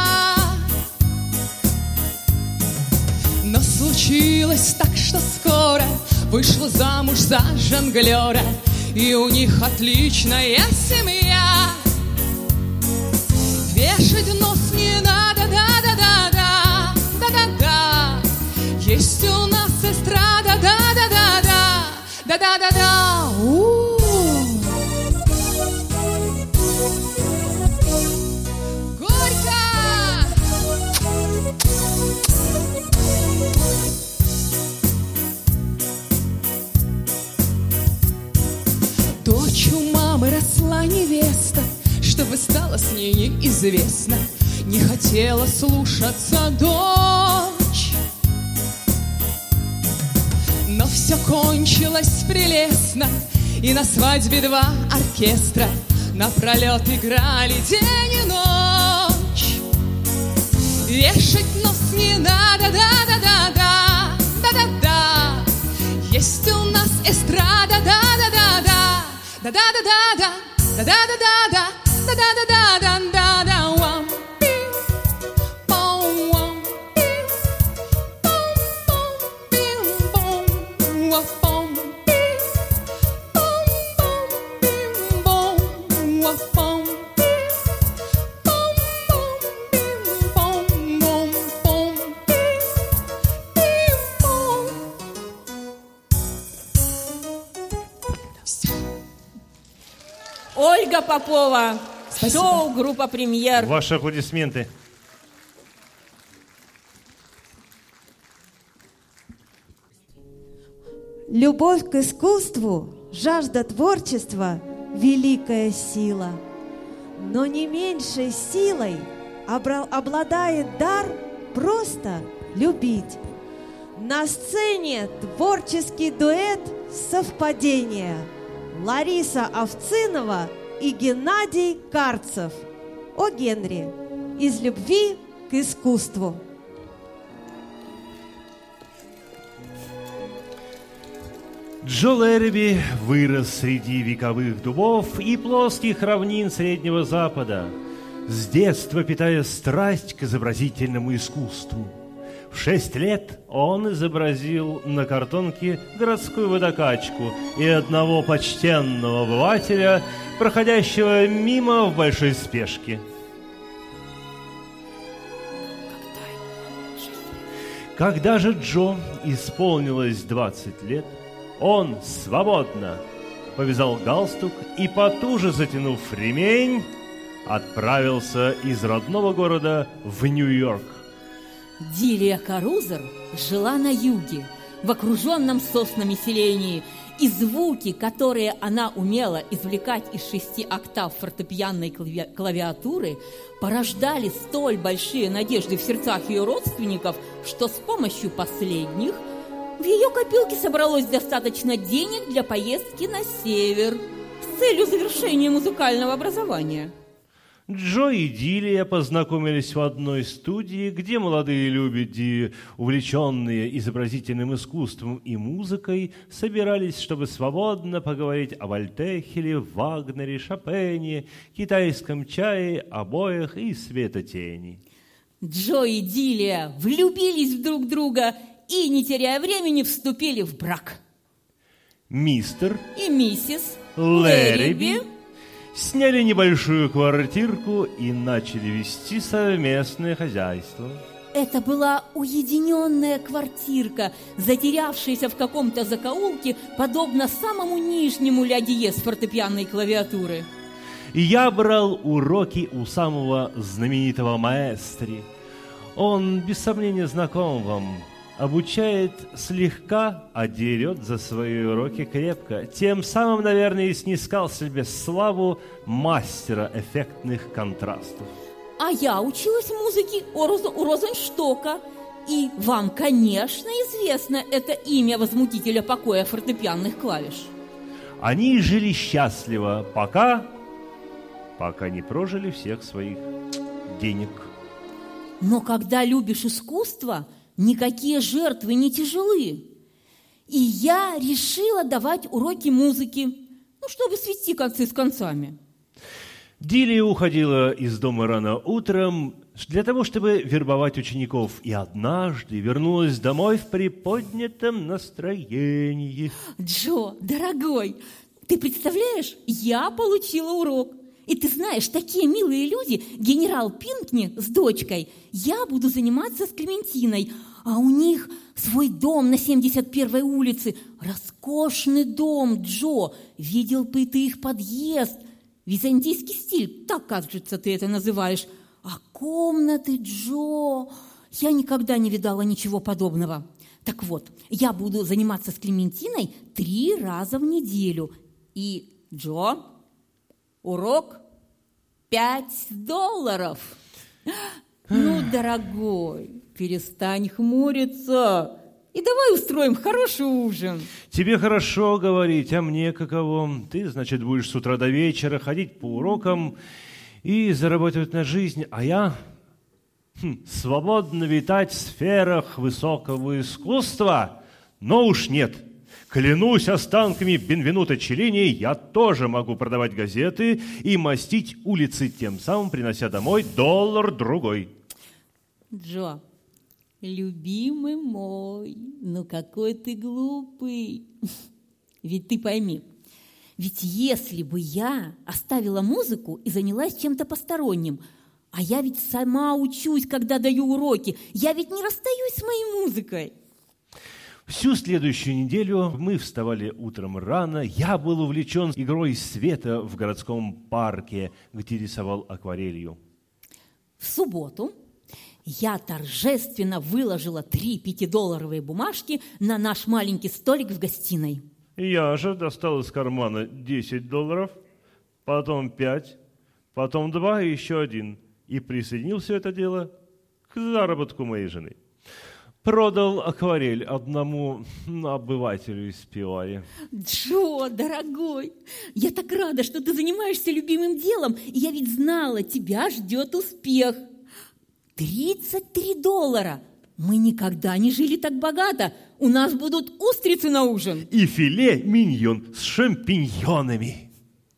Но случилось так, что скоро вышла замуж за жонглера, и у них отличная семья. Вешать нос не надо, да-да-да-да, да-да-да. Есть у нас эстрада, да-да-да-да, да-да-да-да. Горько! Дочь у мамы росла невеста, чтобы стало с ней неизвестно, не хотела слушаться дочь. Но все кончилось прелестно, и на свадьбе два оркестра напролет играли день и ночь. Вешать нос не надо, да-да-да-да, да-да-да. Есть у нас эстрада, да-да-да-да, да-да-да-да, да-да-да-да, да-да-да-да-да-да. Ольга Попова, шоу группа «Премьер». Ваши аплодисменты. Любовь к искусству, жажда творчества – великая сила. Но не меньшей силой обра- обладает дар просто любить. На сцене творческий дуэт «Совпадение». Лариса Овцинова и Геннадий Карцев. О Генри. Из любви к искусству. Джо Лэреби вырос среди вековых дубов и плоских равнин Среднего Запада, с детства питая страсть к изобразительному искусству. В шесть лет он изобразил на картонке городскую водокачку и одного почтенного обывателя, проходящего мимо в большой спешке. Когда же Джо исполнилось двадцать лет, он свободно повязал галстук и, потуже затянув ремень, отправился из родного города в Нью-Йорк. Дилия Карузер жила на юге, в окруженном соснами селении, и звуки, которые она умела извлекать из шести октав фортепианной клави- клавиатуры, порождали столь большие надежды в сердцах ее родственников, что с помощью последних в ее копилке собралось достаточно денег для поездки на север с целью завершения музыкального образования. Джо и Дилия познакомились в одной студии, где молодые люди, увлеченные изобразительным искусством и музыкой, собирались, чтобы свободно поговорить об Альтехеле, Вагнере, Шопене, китайском чае, обоях и светотени. Джо и Дилия влюбились в друг друга и, не теряя времени, вступили в брак. Мистер и миссис Лэриби сняли небольшую квартирку и начали вести совместное хозяйство. Это была уединенная квартирка, затерявшаяся в каком-то закоулке, подобно самому нижнему ля диез фортепианной клавиатуры. И я брал уроки у самого знаменитого маэстри. Он, без сомнения, знаком вам. Обучает слегка, а дерет за свои уроки крепко. Тем самым, наверное, и снискал себе славу мастера эффектных контрастов. А я училась музыке у, Роз... у Розенштока. И вам, конечно, известно это имя возмутителя покоя фортепианных клавиш. Они жили счастливо, пока... пока не прожили всех своих денег. Но когда любишь искусство, никакие жертвы не тяжелы. И я решила давать уроки музыки, ну, чтобы свести концы с концами. Дилия уходила из дома рано утром для того, чтобы вербовать учеников, и однажды вернулась домой в приподнятом настроении. Джо, дорогой, ты представляешь, я получила урок. И ты знаешь, такие милые люди, генерал Пинкни с дочкой, я буду заниматься с Клементиной, а у них свой дом на семьдесят первой улице, роскошный дом, Джо, видел бы ты их подъезд, византийский стиль, так, кажется, ты это называешь, а комнаты, Джо, я никогда не видала ничего подобного. Так вот, я буду заниматься с Клементиной три раза в неделю, и, Джо... урок пять долларов. Ну, дорогой, перестань хмуриться и давай устроим хороший ужин. Тебе хорошо говорить, а мне каково? Ты, значит, будешь с утра до вечера ходить по урокам и зарабатывать на жизнь, а я хм, свободно витать в сферах высокого искусства? Но уж нет. Клянусь останками Бенвенуто Челлини, я тоже могу продавать газеты и мастить улицы, тем самым принося домой доллар-другой. Джо, любимый мой, ну какой ты глупый. Ведь ты пойми, ведь если бы я оставила музыку и занялась чем-то посторонним, а я ведь сама учусь, когда даю уроки, я ведь не расстаюсь с моей музыкой. Всю следующую неделю мы вставали утром рано. Я был увлечен игрой света в городском парке, где рисовал акварелью. В субботу я торжественно выложила три пятидолларовые бумажки на наш маленький столик в гостиной. Я же достал из кармана десять долларов, потом пять, потом два и еще один. И присоединил все это дело к заработку моей жены. Продал акварель одному обывателю из Пиори. Джо, дорогой, я так рада, что ты занимаешься любимым делом, и я ведь знала, тебя ждет успех. тридцать три доллара. Мы никогда не жили так богато. У нас будут устрицы на ужин. И филе миньон с шампиньонами.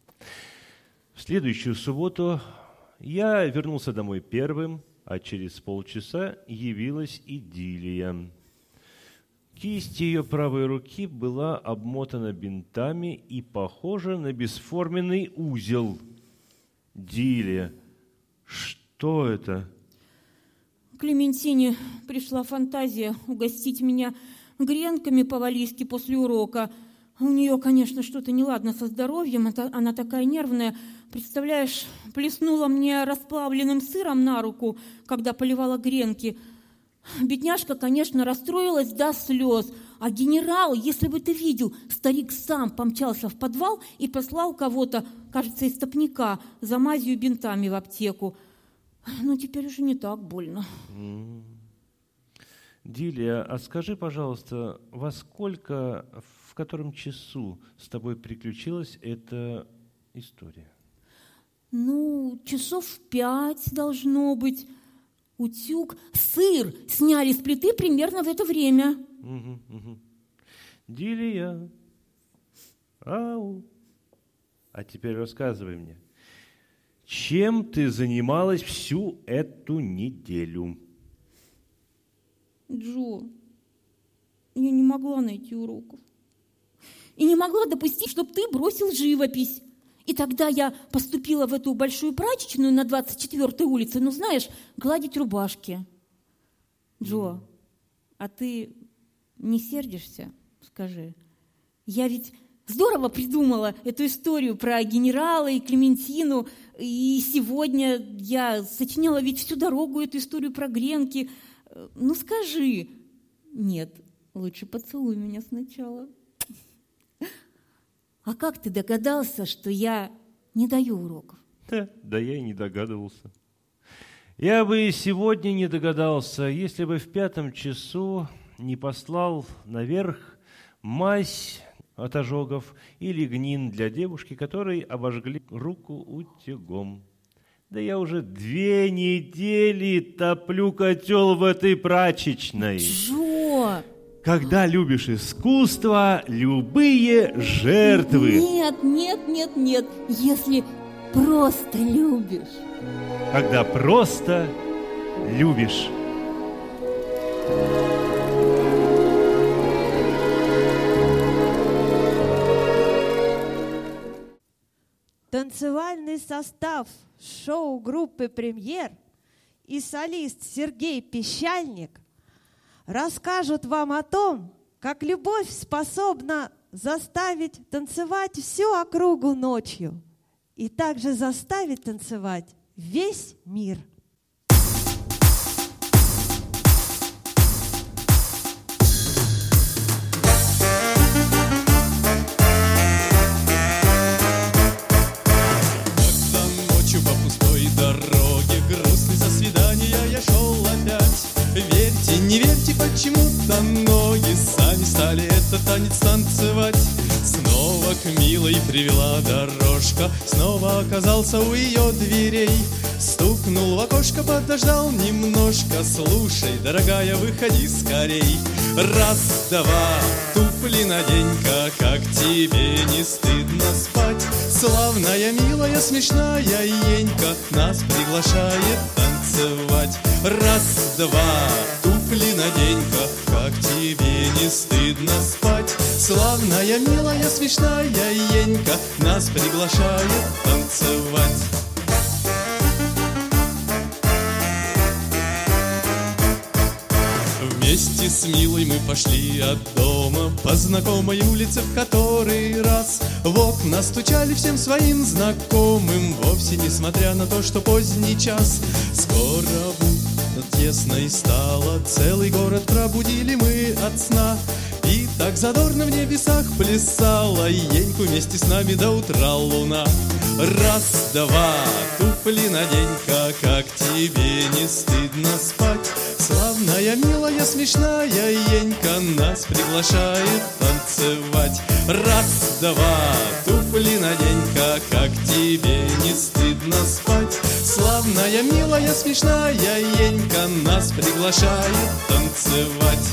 В следующую субботу я вернулся домой первым, а через полчаса явилась и Дилия. Кисть ее правой руки была обмотана бинтами и похожа на бесформенный узел. Диля, что это? Клементине пришла фантазия угостить меня гренками по-валийски после урока. У нее, конечно, что-то неладно со здоровьем, она такая нервная. Представляешь, плеснула мне расплавленным сыром на руку, когда поливала гренки. Бедняжка, конечно, расстроилась до слез. А генерал, если бы ты видел, старик сам помчался в подвал и послал кого-то, кажется, истопника, за мазью и бинтами в аптеку. Но теперь уже не так больно. Mm. Дилия, а скажи, пожалуйста, во сколько, в котором часу с тобой приключилась эта история? Ну, часов в пять должно быть. Утюг, сыр сняли с плиты примерно в это время. Угу, угу. Дилия, ау. А теперь рассказывай мне, чем ты занималась всю эту неделю? Джо, я не могла найти уроков. И не могла допустить, чтобы ты бросил живопись. И тогда я поступила в эту большую прачечную на двадцать четвёртой улице, ну, знаешь, гладить рубашки. Джо, а ты не сердишься? Скажи. Я ведь здорово придумала эту историю про генерала и Клементину, и сегодня я сочиняла ведь всю дорогу эту историю про гренки. Ну, скажи. Нет, лучше поцелуй меня сначала. А как ты догадался, что я не даю уроков? Да, да я и не догадывался. Я бы и сегодня не догадался, если бы в пятом часу не послал наверх мазь от ожогов и лигнин для девушки, которой обожгли руку утюгом. Да я уже две недели топлю котел в этой прачечной. Джо! Когда любишь искусство, любые жертвы. Нет, нет, нет, нет. Если просто любишь. Когда просто любишь. Танцевальный состав шоу-группы «Премьер» и солист Сергей Пищальник расскажут вам о том, как любовь способна заставить танцевать всю округу ночью и также заставить танцевать весь мир. Когда ночью по пустой дороге грустный со свидания я шел опять. Верьте, не верьте, почему-то ноги сами стали этот танец танцевать. Снова к милой привела дорожка, снова оказался у ее дверей. Стукнул в окошко, подождал немножко. Слушай, дорогая, выходи скорей. Раз, два, туфли надень-ка, как тебе не стыдно спать. Славная, милая, смешная Енька нас приглашает танцевать. Раз, два, туфли надень-ка, как тебе не стыдно спать. Славная, милая, смешная Енька нас приглашает танцевать. Вместе с милой мы пошли от дома по знакомой улице в который раз. В окна стучали всем своим знакомым, вовсе несмотря на то, что поздний час. Скоро будет тесно и стало, целый город пробудили мы от сна. И так задорно в небесах плясала Еньку вместе с нами до утра луна. Раз, два, туфли надень-ка, как тебе не стыдно спать. Славная, милая, смешная Енька нас приглашает танцевать. Раз, два, туфли надень-ка, как тебе не стыдно спать. Славная, милая, смешная Енька нас приглашает танцевать.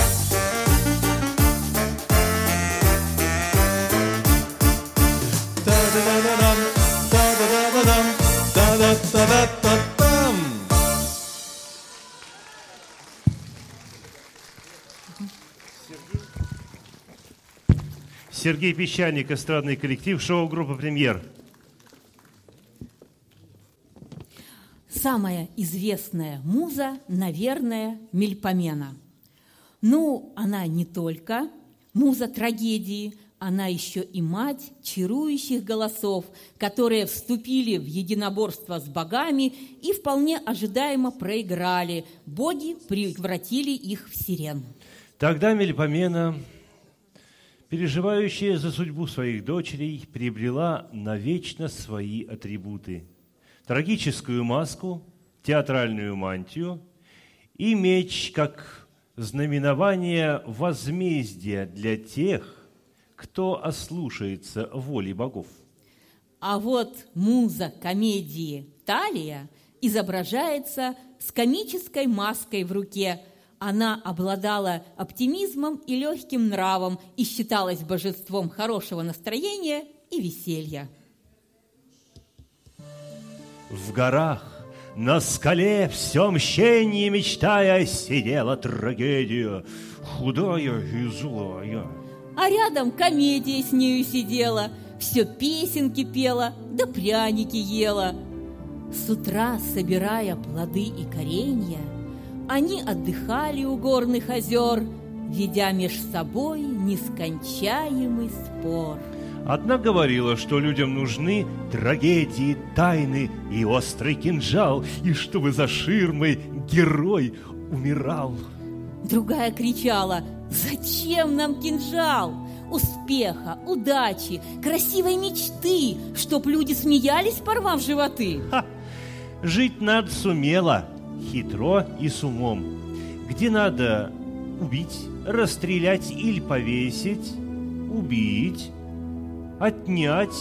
Та-да-да-да-дам, та-да-да-да-дам, та-да-да-да-да-дам. Сергей Сергей Песчаник, эстрадный коллектив, шоу-группа «Премьер». Самая известная муза, наверное, Мельпомена. Ну, она не только муза трагедии, она еще и мать чарующих голосов, которые вступили в единоборство с богами и вполне ожидаемо проиграли. Боги превратили их в сирен. Тогда Мельпомена, переживающая за судьбу своих дочерей, приобрела навечно свои атрибуты. Трагическую маску, театральную мантию и меч как знаменование возмездия для тех, кто ослушается воли богов. А вот муза комедии Талия изображается с комической маской в руке. Она обладала оптимизмом и легким нравом и считалась божеством хорошего настроения и веселья. В горах, на скале, все мщение мечтая, сидела трагедия, худая и злая. А рядом комедия с нею сидела, все песенки пела, да пряники ела. С утра, собирая плоды и коренья, они отдыхали у горных озер, ведя меж собой нескончаемый спор. Одна говорила, что людям нужны трагедии, тайны и острый кинжал, и чтобы за ширмой герой умирал. Другая кричала: «Зачем нам кинжал? Успеха, удачи, красивой мечты, чтоб люди смеялись, порвав животы!» Ха! Жить надо сумело, хитро и с умом. Где надо убить, расстрелять или повесить, убить, отнять,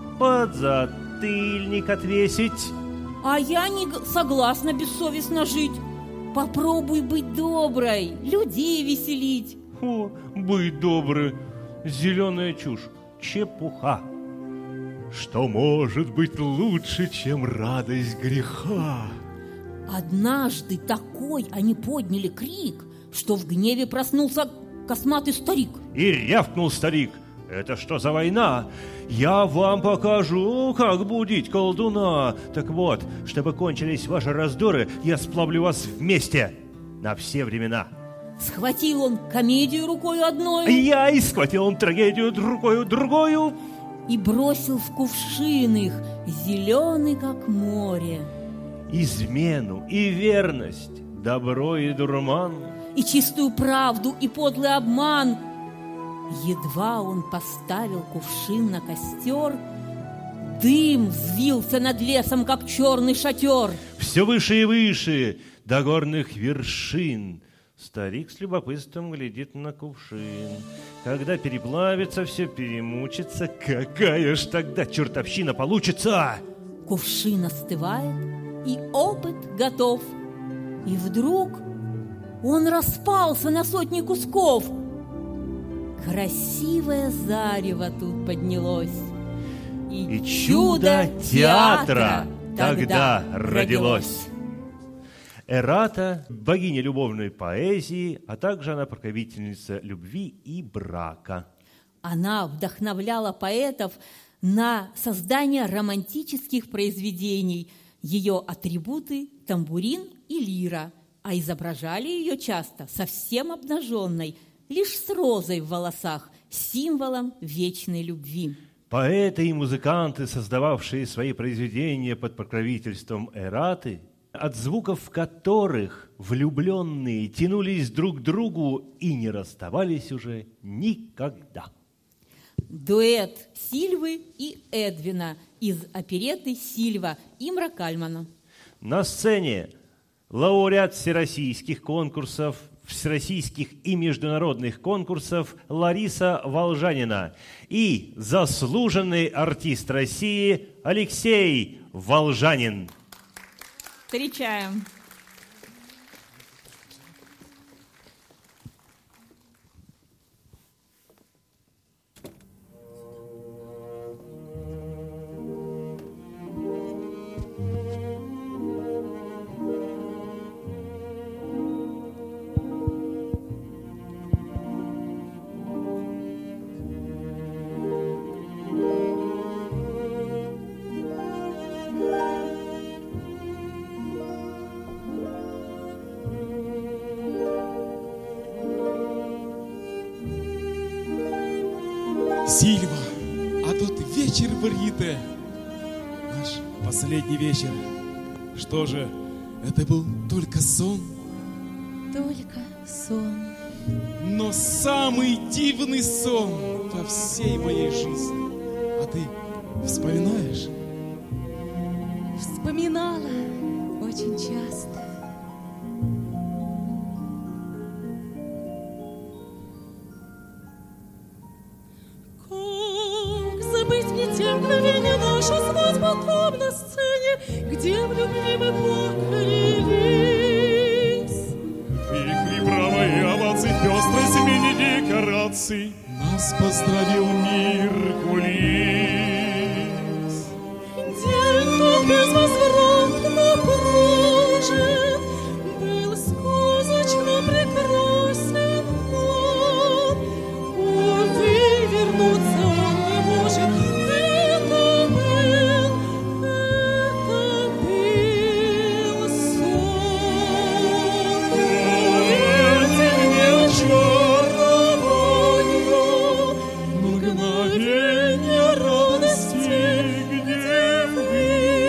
подзатыльник отвесить. А я не согласна бессовестно жить. Попробуй быть доброй, людей веселить. О, быть доброй, зеленая чушь, чепуха. Что может быть лучше, чем радость греха? Однажды такой они подняли крик, что в гневе проснулся косматый старик. И рявкнул старик: «Это что за война? Я вам покажу, как будить колдуна. Так вот, чтобы кончились ваши раздоры, я сплавлю вас вместе на все времена». Схватил он комедию рукою одной. Я и схватил он трагедию рукою другою. И бросил в кувшин их, зеленый, как море. Измену и верность, добро и дурман, и чистую правду, и подлый обман. Едва он поставил кувшин на костер, дым взвился над лесом, как черный шатер. Все выше и выше, до горных вершин. Старик с любопытством глядит на кувшин. Когда переплавится, все перемучится, какая ж тогда чертовщина получится? Кувшин остывает, и опыт готов. И вдруг он распался на сотни кусков. Красивое зарево тут поднялось. И, и чудо театра тогда родилось. Эрата – богиня любовной поэзии, а также она покровительница любви и брака. Она вдохновляла поэтов на создание романтических произведений. Ее атрибуты – тамбурин и лира, а изображали ее часто совсем обнаженной, лишь с розой в волосах, символом вечной любви. Поэты и музыканты, создававшие свои произведения под покровительством Эраты, от звуков которых влюбленные тянулись друг к другу и не расставались уже никогда. Дуэт Сильвы и Эдвина из оперетты «Сильва» Имра Кальмана. На сцене лауреат всероссийских конкурсов, всероссийских и международных конкурсов Лариса Волжанина и заслуженный артист России Алексей Волжанин. Встречаем. Сильва, а тут вечер в Рите. Наш последний вечер. Что же, это был только сон? Только сон. Но самый дивный сон во всей моей жизни. А ты вспоминаешь? Вспоминала очень часто. Как забыть мне те мгновения, нашу свадьбу там на сцене, где в любви мы поклялись. Вихри бравой овации, пестрой смени декораций нас поздравил мир кулис. День тот безвозвратно прожит, был сказочно прекрасен он. Увы, вернуться он не может. Это был, это был сон. Этим неочарованью мгновенья радости, где вы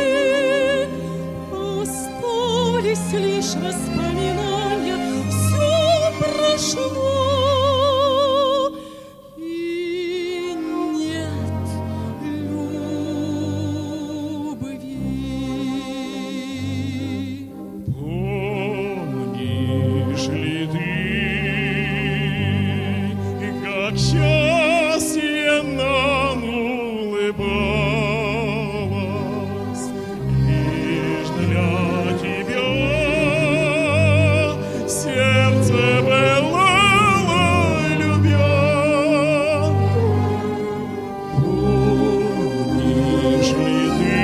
остались лишь воспоминания, все прошло, и нет любви. Помнишь ли ты, как счастье нам улыбалось? Лишь для тебя сердце пылало, любя. Помнишь ли ты,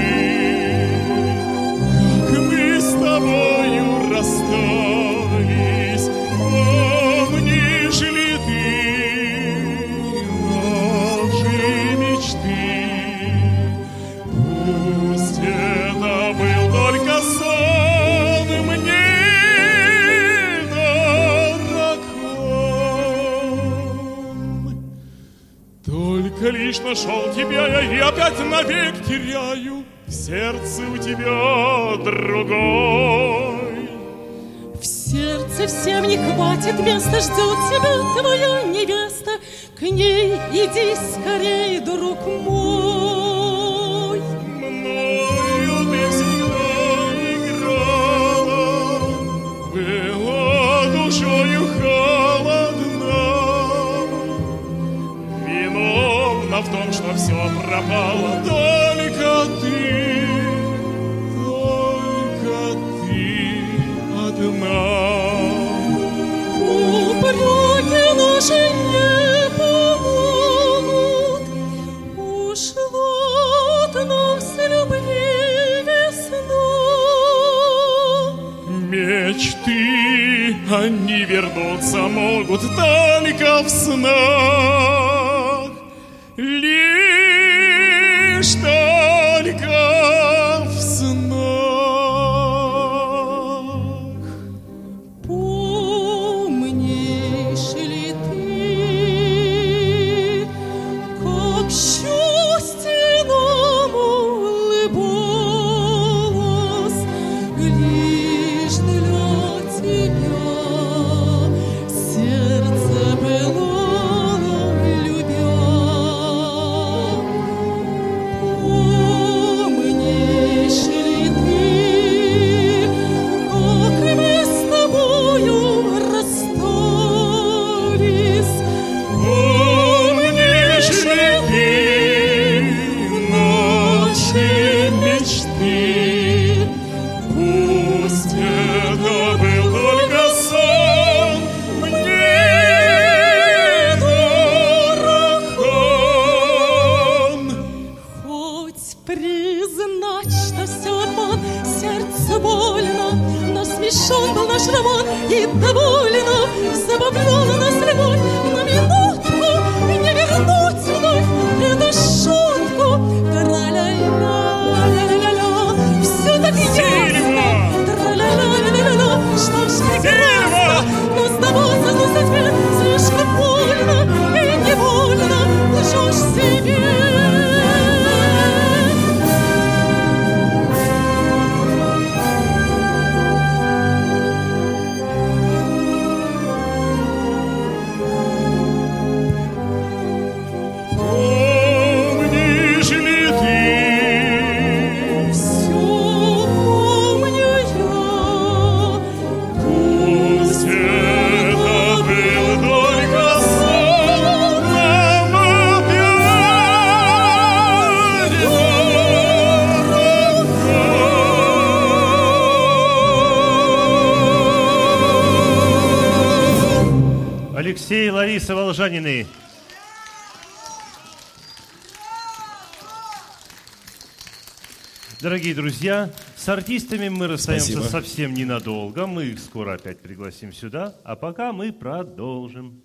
как мы с тобою расстались? Помнишь ли ты наши мечты? Пусть это был только сон, мне дорог он. Только лишь нашел тебя я и опять навек теряю в сердце у тебя другой. В сердце всем не хватит места, ждет тебя твоя невеста. К ней иди скорей, друг мой. Мною ты всегда играла, была душою холодна. Виновна в том, что все пропало, только ты, только ты одна. Упреки наши не помогут, уж вот нас любви весна. Мечты, они вернуться могут только в снах, лишь только в снах. Помнишь ли ты, как счастье нам улыбалось? Лишь для тебя сердце было Алексей и Лариса Волжанины. Дорогие друзья, с артистами мы расстаемся Спасибо. совсем ненадолго. Мы их скоро опять пригласим сюда. А пока мы продолжим.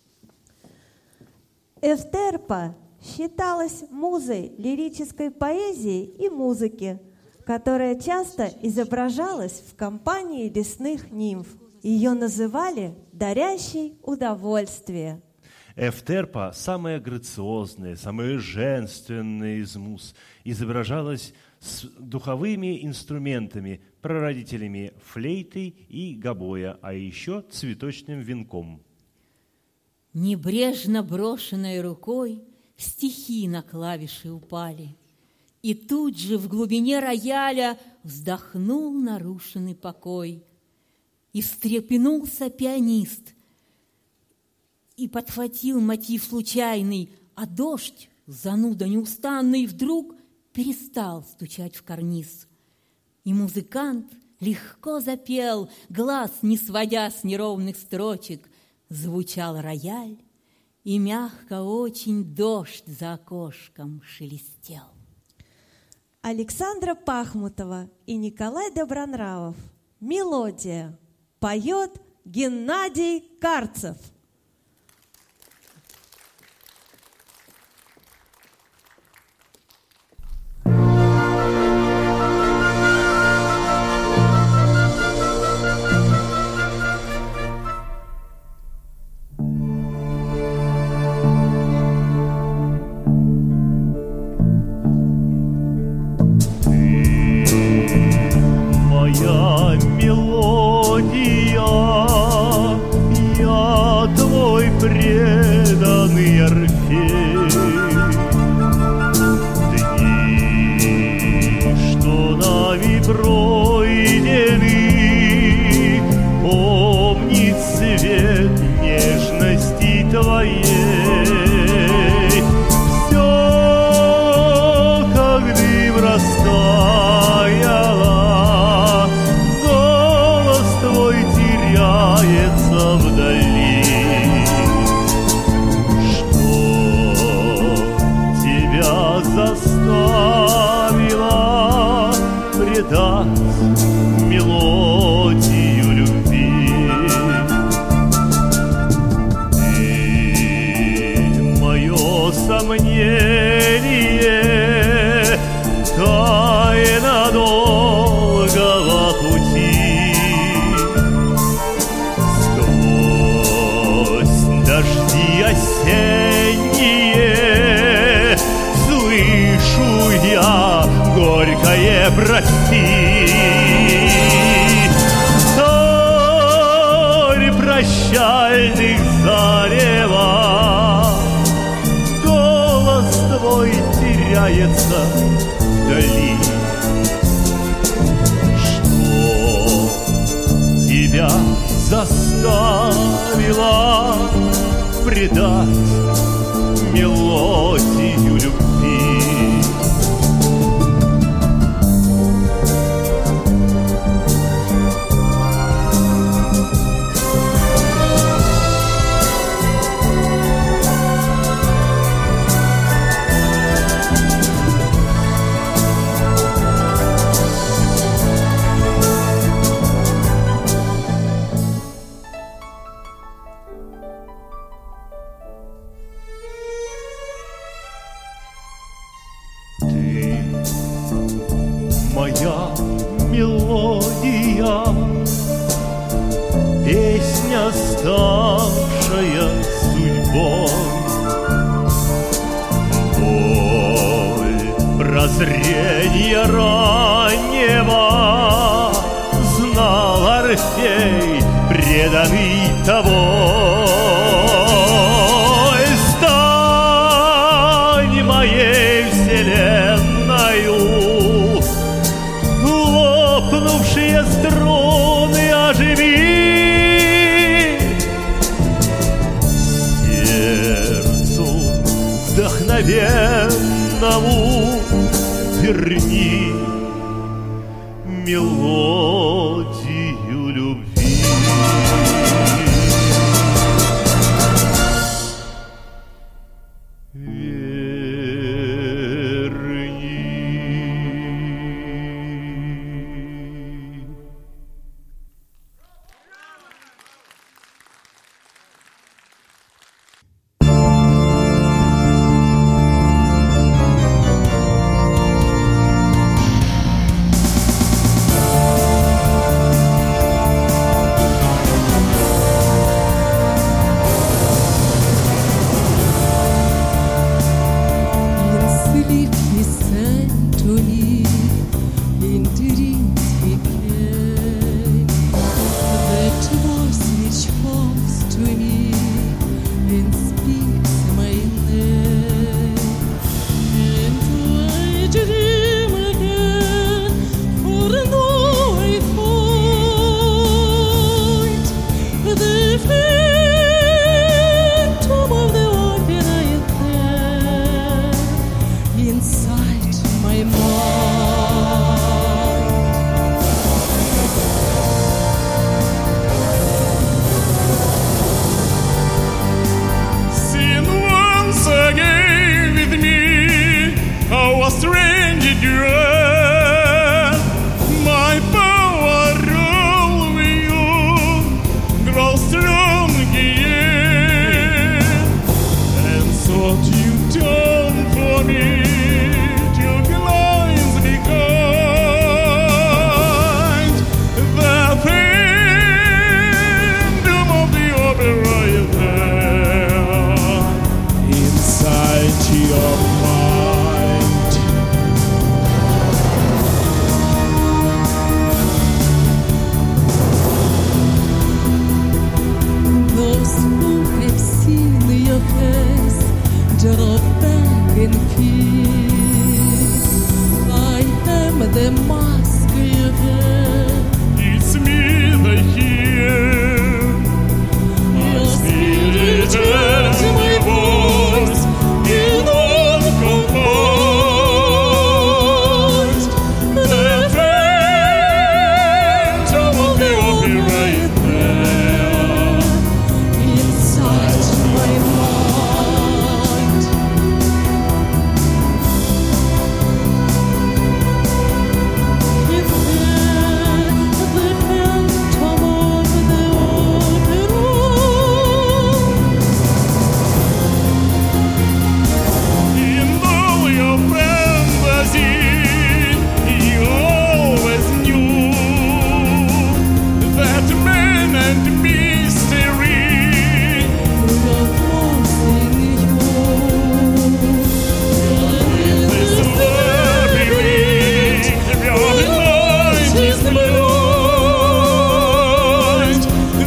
Эвтерпа считалась музой лирической поэзии и музыки, которая часто изображалась в компании лесных нимф. Ее называли «дарящей удовольствие». Эвтерпа, самая грациозная, самая женственная из муз, изображалась с духовыми инструментами, прародителями флейты и гобоя, а еще цветочным венком. Небрежно брошенной рукой стихи на клавиши упали, и тут же в глубине рояля вздохнул нарушенный покой. И встрепенулся пианист, и подхватил мотив случайный, а дождь, зануда неустанный, вдруг перестал стучать в карниз. И музыкант легко запел, глаз не сводя с неровных строчек. Звучал рояль, и мягко очень дождь за окошком шелестел. Александра Пахмутова и Николай Добронравов. Мелодия. Поет Геннадий Карцев. Моя мелодия, я твой преданный Орфей. Дни, что нами пройдены, помнит свет нежности твоей. Все, как дым растаяло, вдали, что тебя заставило предать мелодию любви. Ты мое сомнение, тайна долгого пути. Дожди осенние, слышу я горькое прости. Соль прощальных зарева, голос твой теряется вдали. Что тебя заставило предать мелодию любви? Моя мелодия, песня, ставшая судьбой. Боль прозрения раннего знал Орфей, преданный тобой. Стань моей вселенною, лопнувшие струны оживи. Сердцу вдохновенному верни мелодию любви. regret. My power over you grows strong again. And so you turn for me to glance behind the phantom of the opera is there inside your mind. Those who have seen your face draw back in fear. I am the mask you have. It's me they hear. Your spirit hears my voice in uncomposed. The phantom of the opera is there inside my mind. If the phantom of the opera, in all your fantasy, you always knew that man and mystery you're forcing you. this labyrinth, your night is blind. The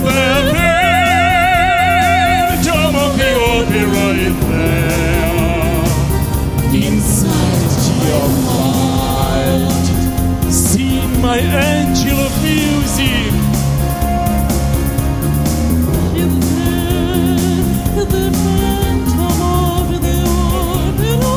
phantom of the opera is there inside your mind. See my angel of music. The phantom of the opera.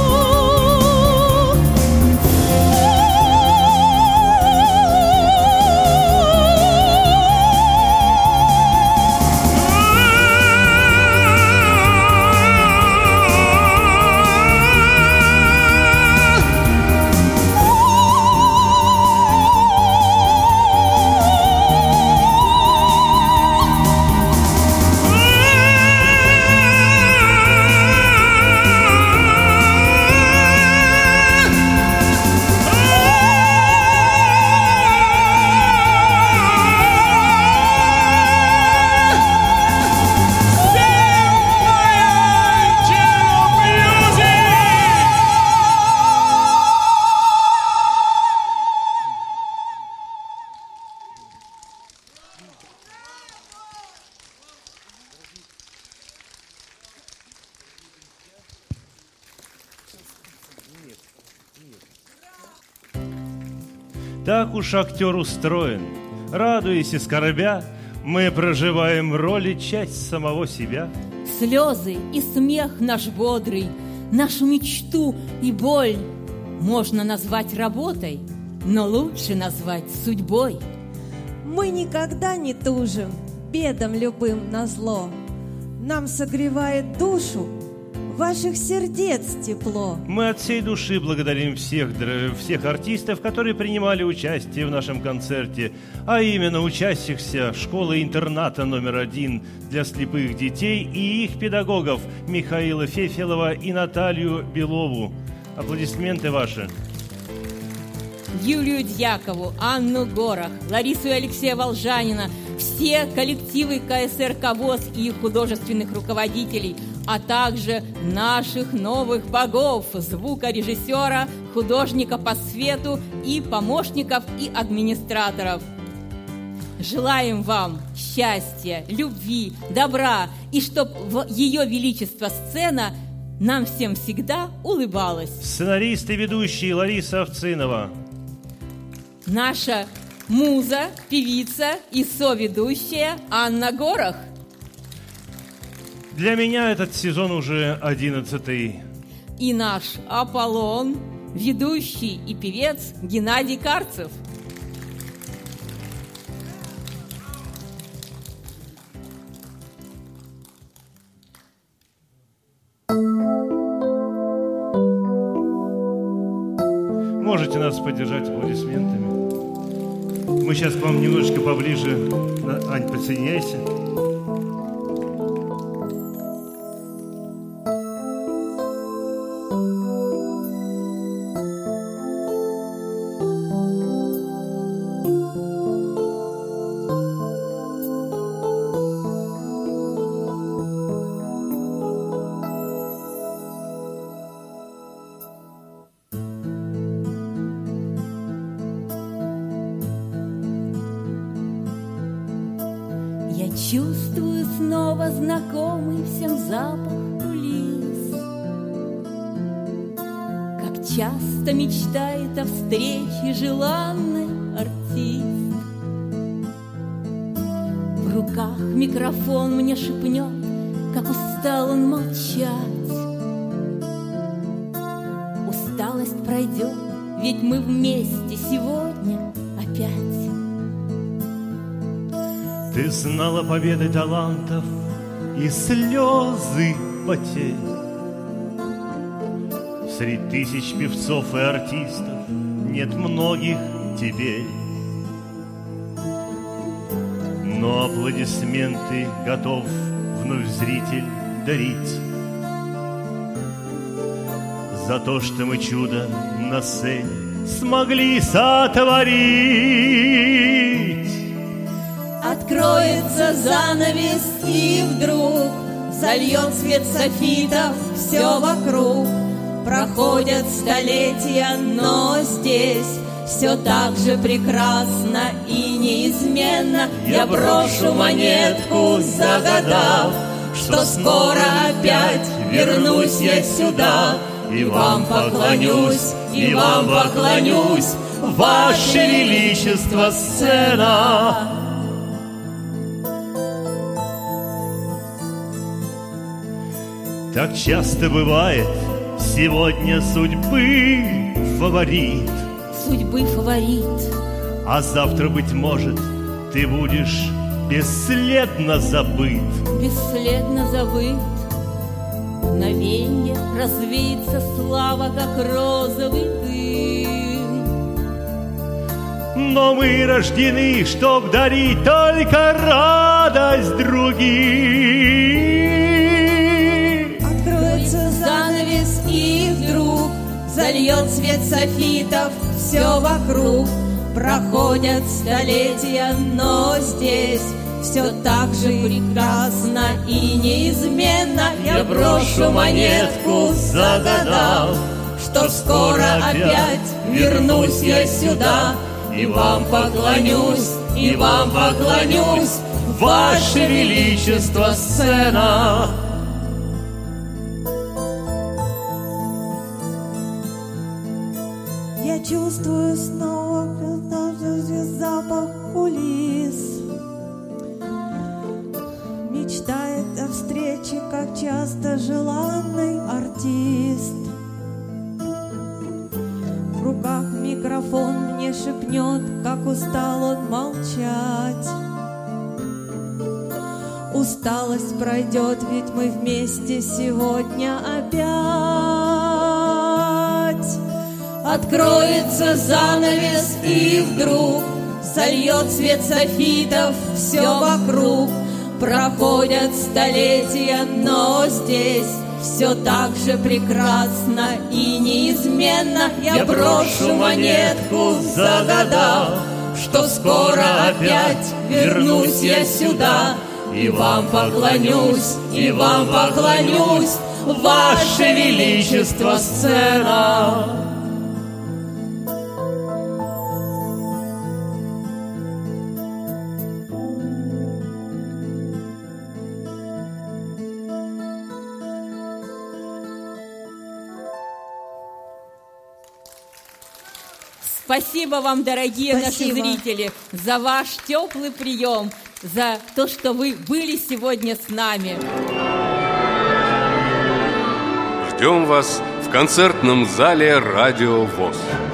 Так уж актер устроен. Радуясь и скорбя, мы проживаем в роли часть самого себя. Слезы и смех наш бодрый, нашу мечту и боль можно назвать работой, но лучше назвать судьбой. Мы никогда не тужим, бедам любым назло. Нам согревает душу ваших сердец тепло. Мы от всей души благодарим всех, др- всех артистов, которые принимали участие в нашем концерте, а именно учащихся школы-интерната номер один для слепых детей и их педагогов Михаила Фефелова и Наталью Белову. Аплодисменты ваши. Юлию Дьякову, Анну Горох, Ларису и Алексея Волжанина, все коллективы ка эс эр ка ВОС и их художественных руководителей, а также наших новых богов, звукорежиссера, художника по свету и помощников и администраторов. Желаем вам счастья, любви, добра, и чтоб в Ее Величество сцена нам всем всегда улыбалась. Сценарист и ведущий Лариса Овцинова. Наша муза, певица и соведущая Анна Горох. Для меня этот сезон уже одиннадцатый. И наш Аполлон, ведущий и певец Геннадий Карцев. Можете нас поддержать аплодисментами. Мы сейчас к вам немножечко поближе. Ань, присоединяйся. Чувствую снова знакомый всем запах кулис. Как часто мечтает о встрече желанный артист. В руках микрофон мне шепнет, как устал он молчать. Усталость пройдет, ведь мы вместе сегодня опять. Ты знала победы талантов и слезы потерь. Среди тысяч певцов и артистов нет многих теперь. Но аплодисменты готов вновь зритель дарить за то, что мы чудо на сцене смогли сотворить. Откроется занавес, и вдруг зальет свет софитов все вокруг. Проходят столетия, но здесь все так же прекрасно и неизменно. Я брошу монетку, загадав, что скоро опять вернусь я сюда. И вам поклонюсь, и вам поклонюсь, Ваше Величество, сцена. Так часто бывает, сегодня судьбы фаворит. Судьбы фаворит. А завтра, быть может, ты будешь бесследно забыт. Бесследно забыт. Мгновенье развеется слава, как розовый дым. Но мы рождены, чтоб дарить только радость другим. Занавес, и вдруг зальет свет софитов все вокруг. Проходят столетия, но здесь все так же прекрасно и неизменно. Я брошу монетку, загадав, что скоро опять вернусь я сюда. И вам поклонюсь, и вам поклонюсь, Ваше Величество, сцена. Я чувствую снова запах кулис. Мечтает о встрече, как часто желанный артист. В руках микрофон мне шепнет, как устал он молчать. Усталость пройдет, ведь мы вместе сегодня опять. Откроется занавес, и вдруг зальет свет софитов все вокруг. Проходят столетия, но здесь все так же прекрасно и неизменно. Я брошу монетку, загадав, что скоро опять вернусь я сюда. И вам поклонюсь, и вам поклонюсь, Ваше Величество, сцена. Спасибо вам, дорогие Спасибо. наши зрители, за ваш теплый прием, за то, что вы были сегодня с нами. Ждем вас в концертном зале «Радио ВОС».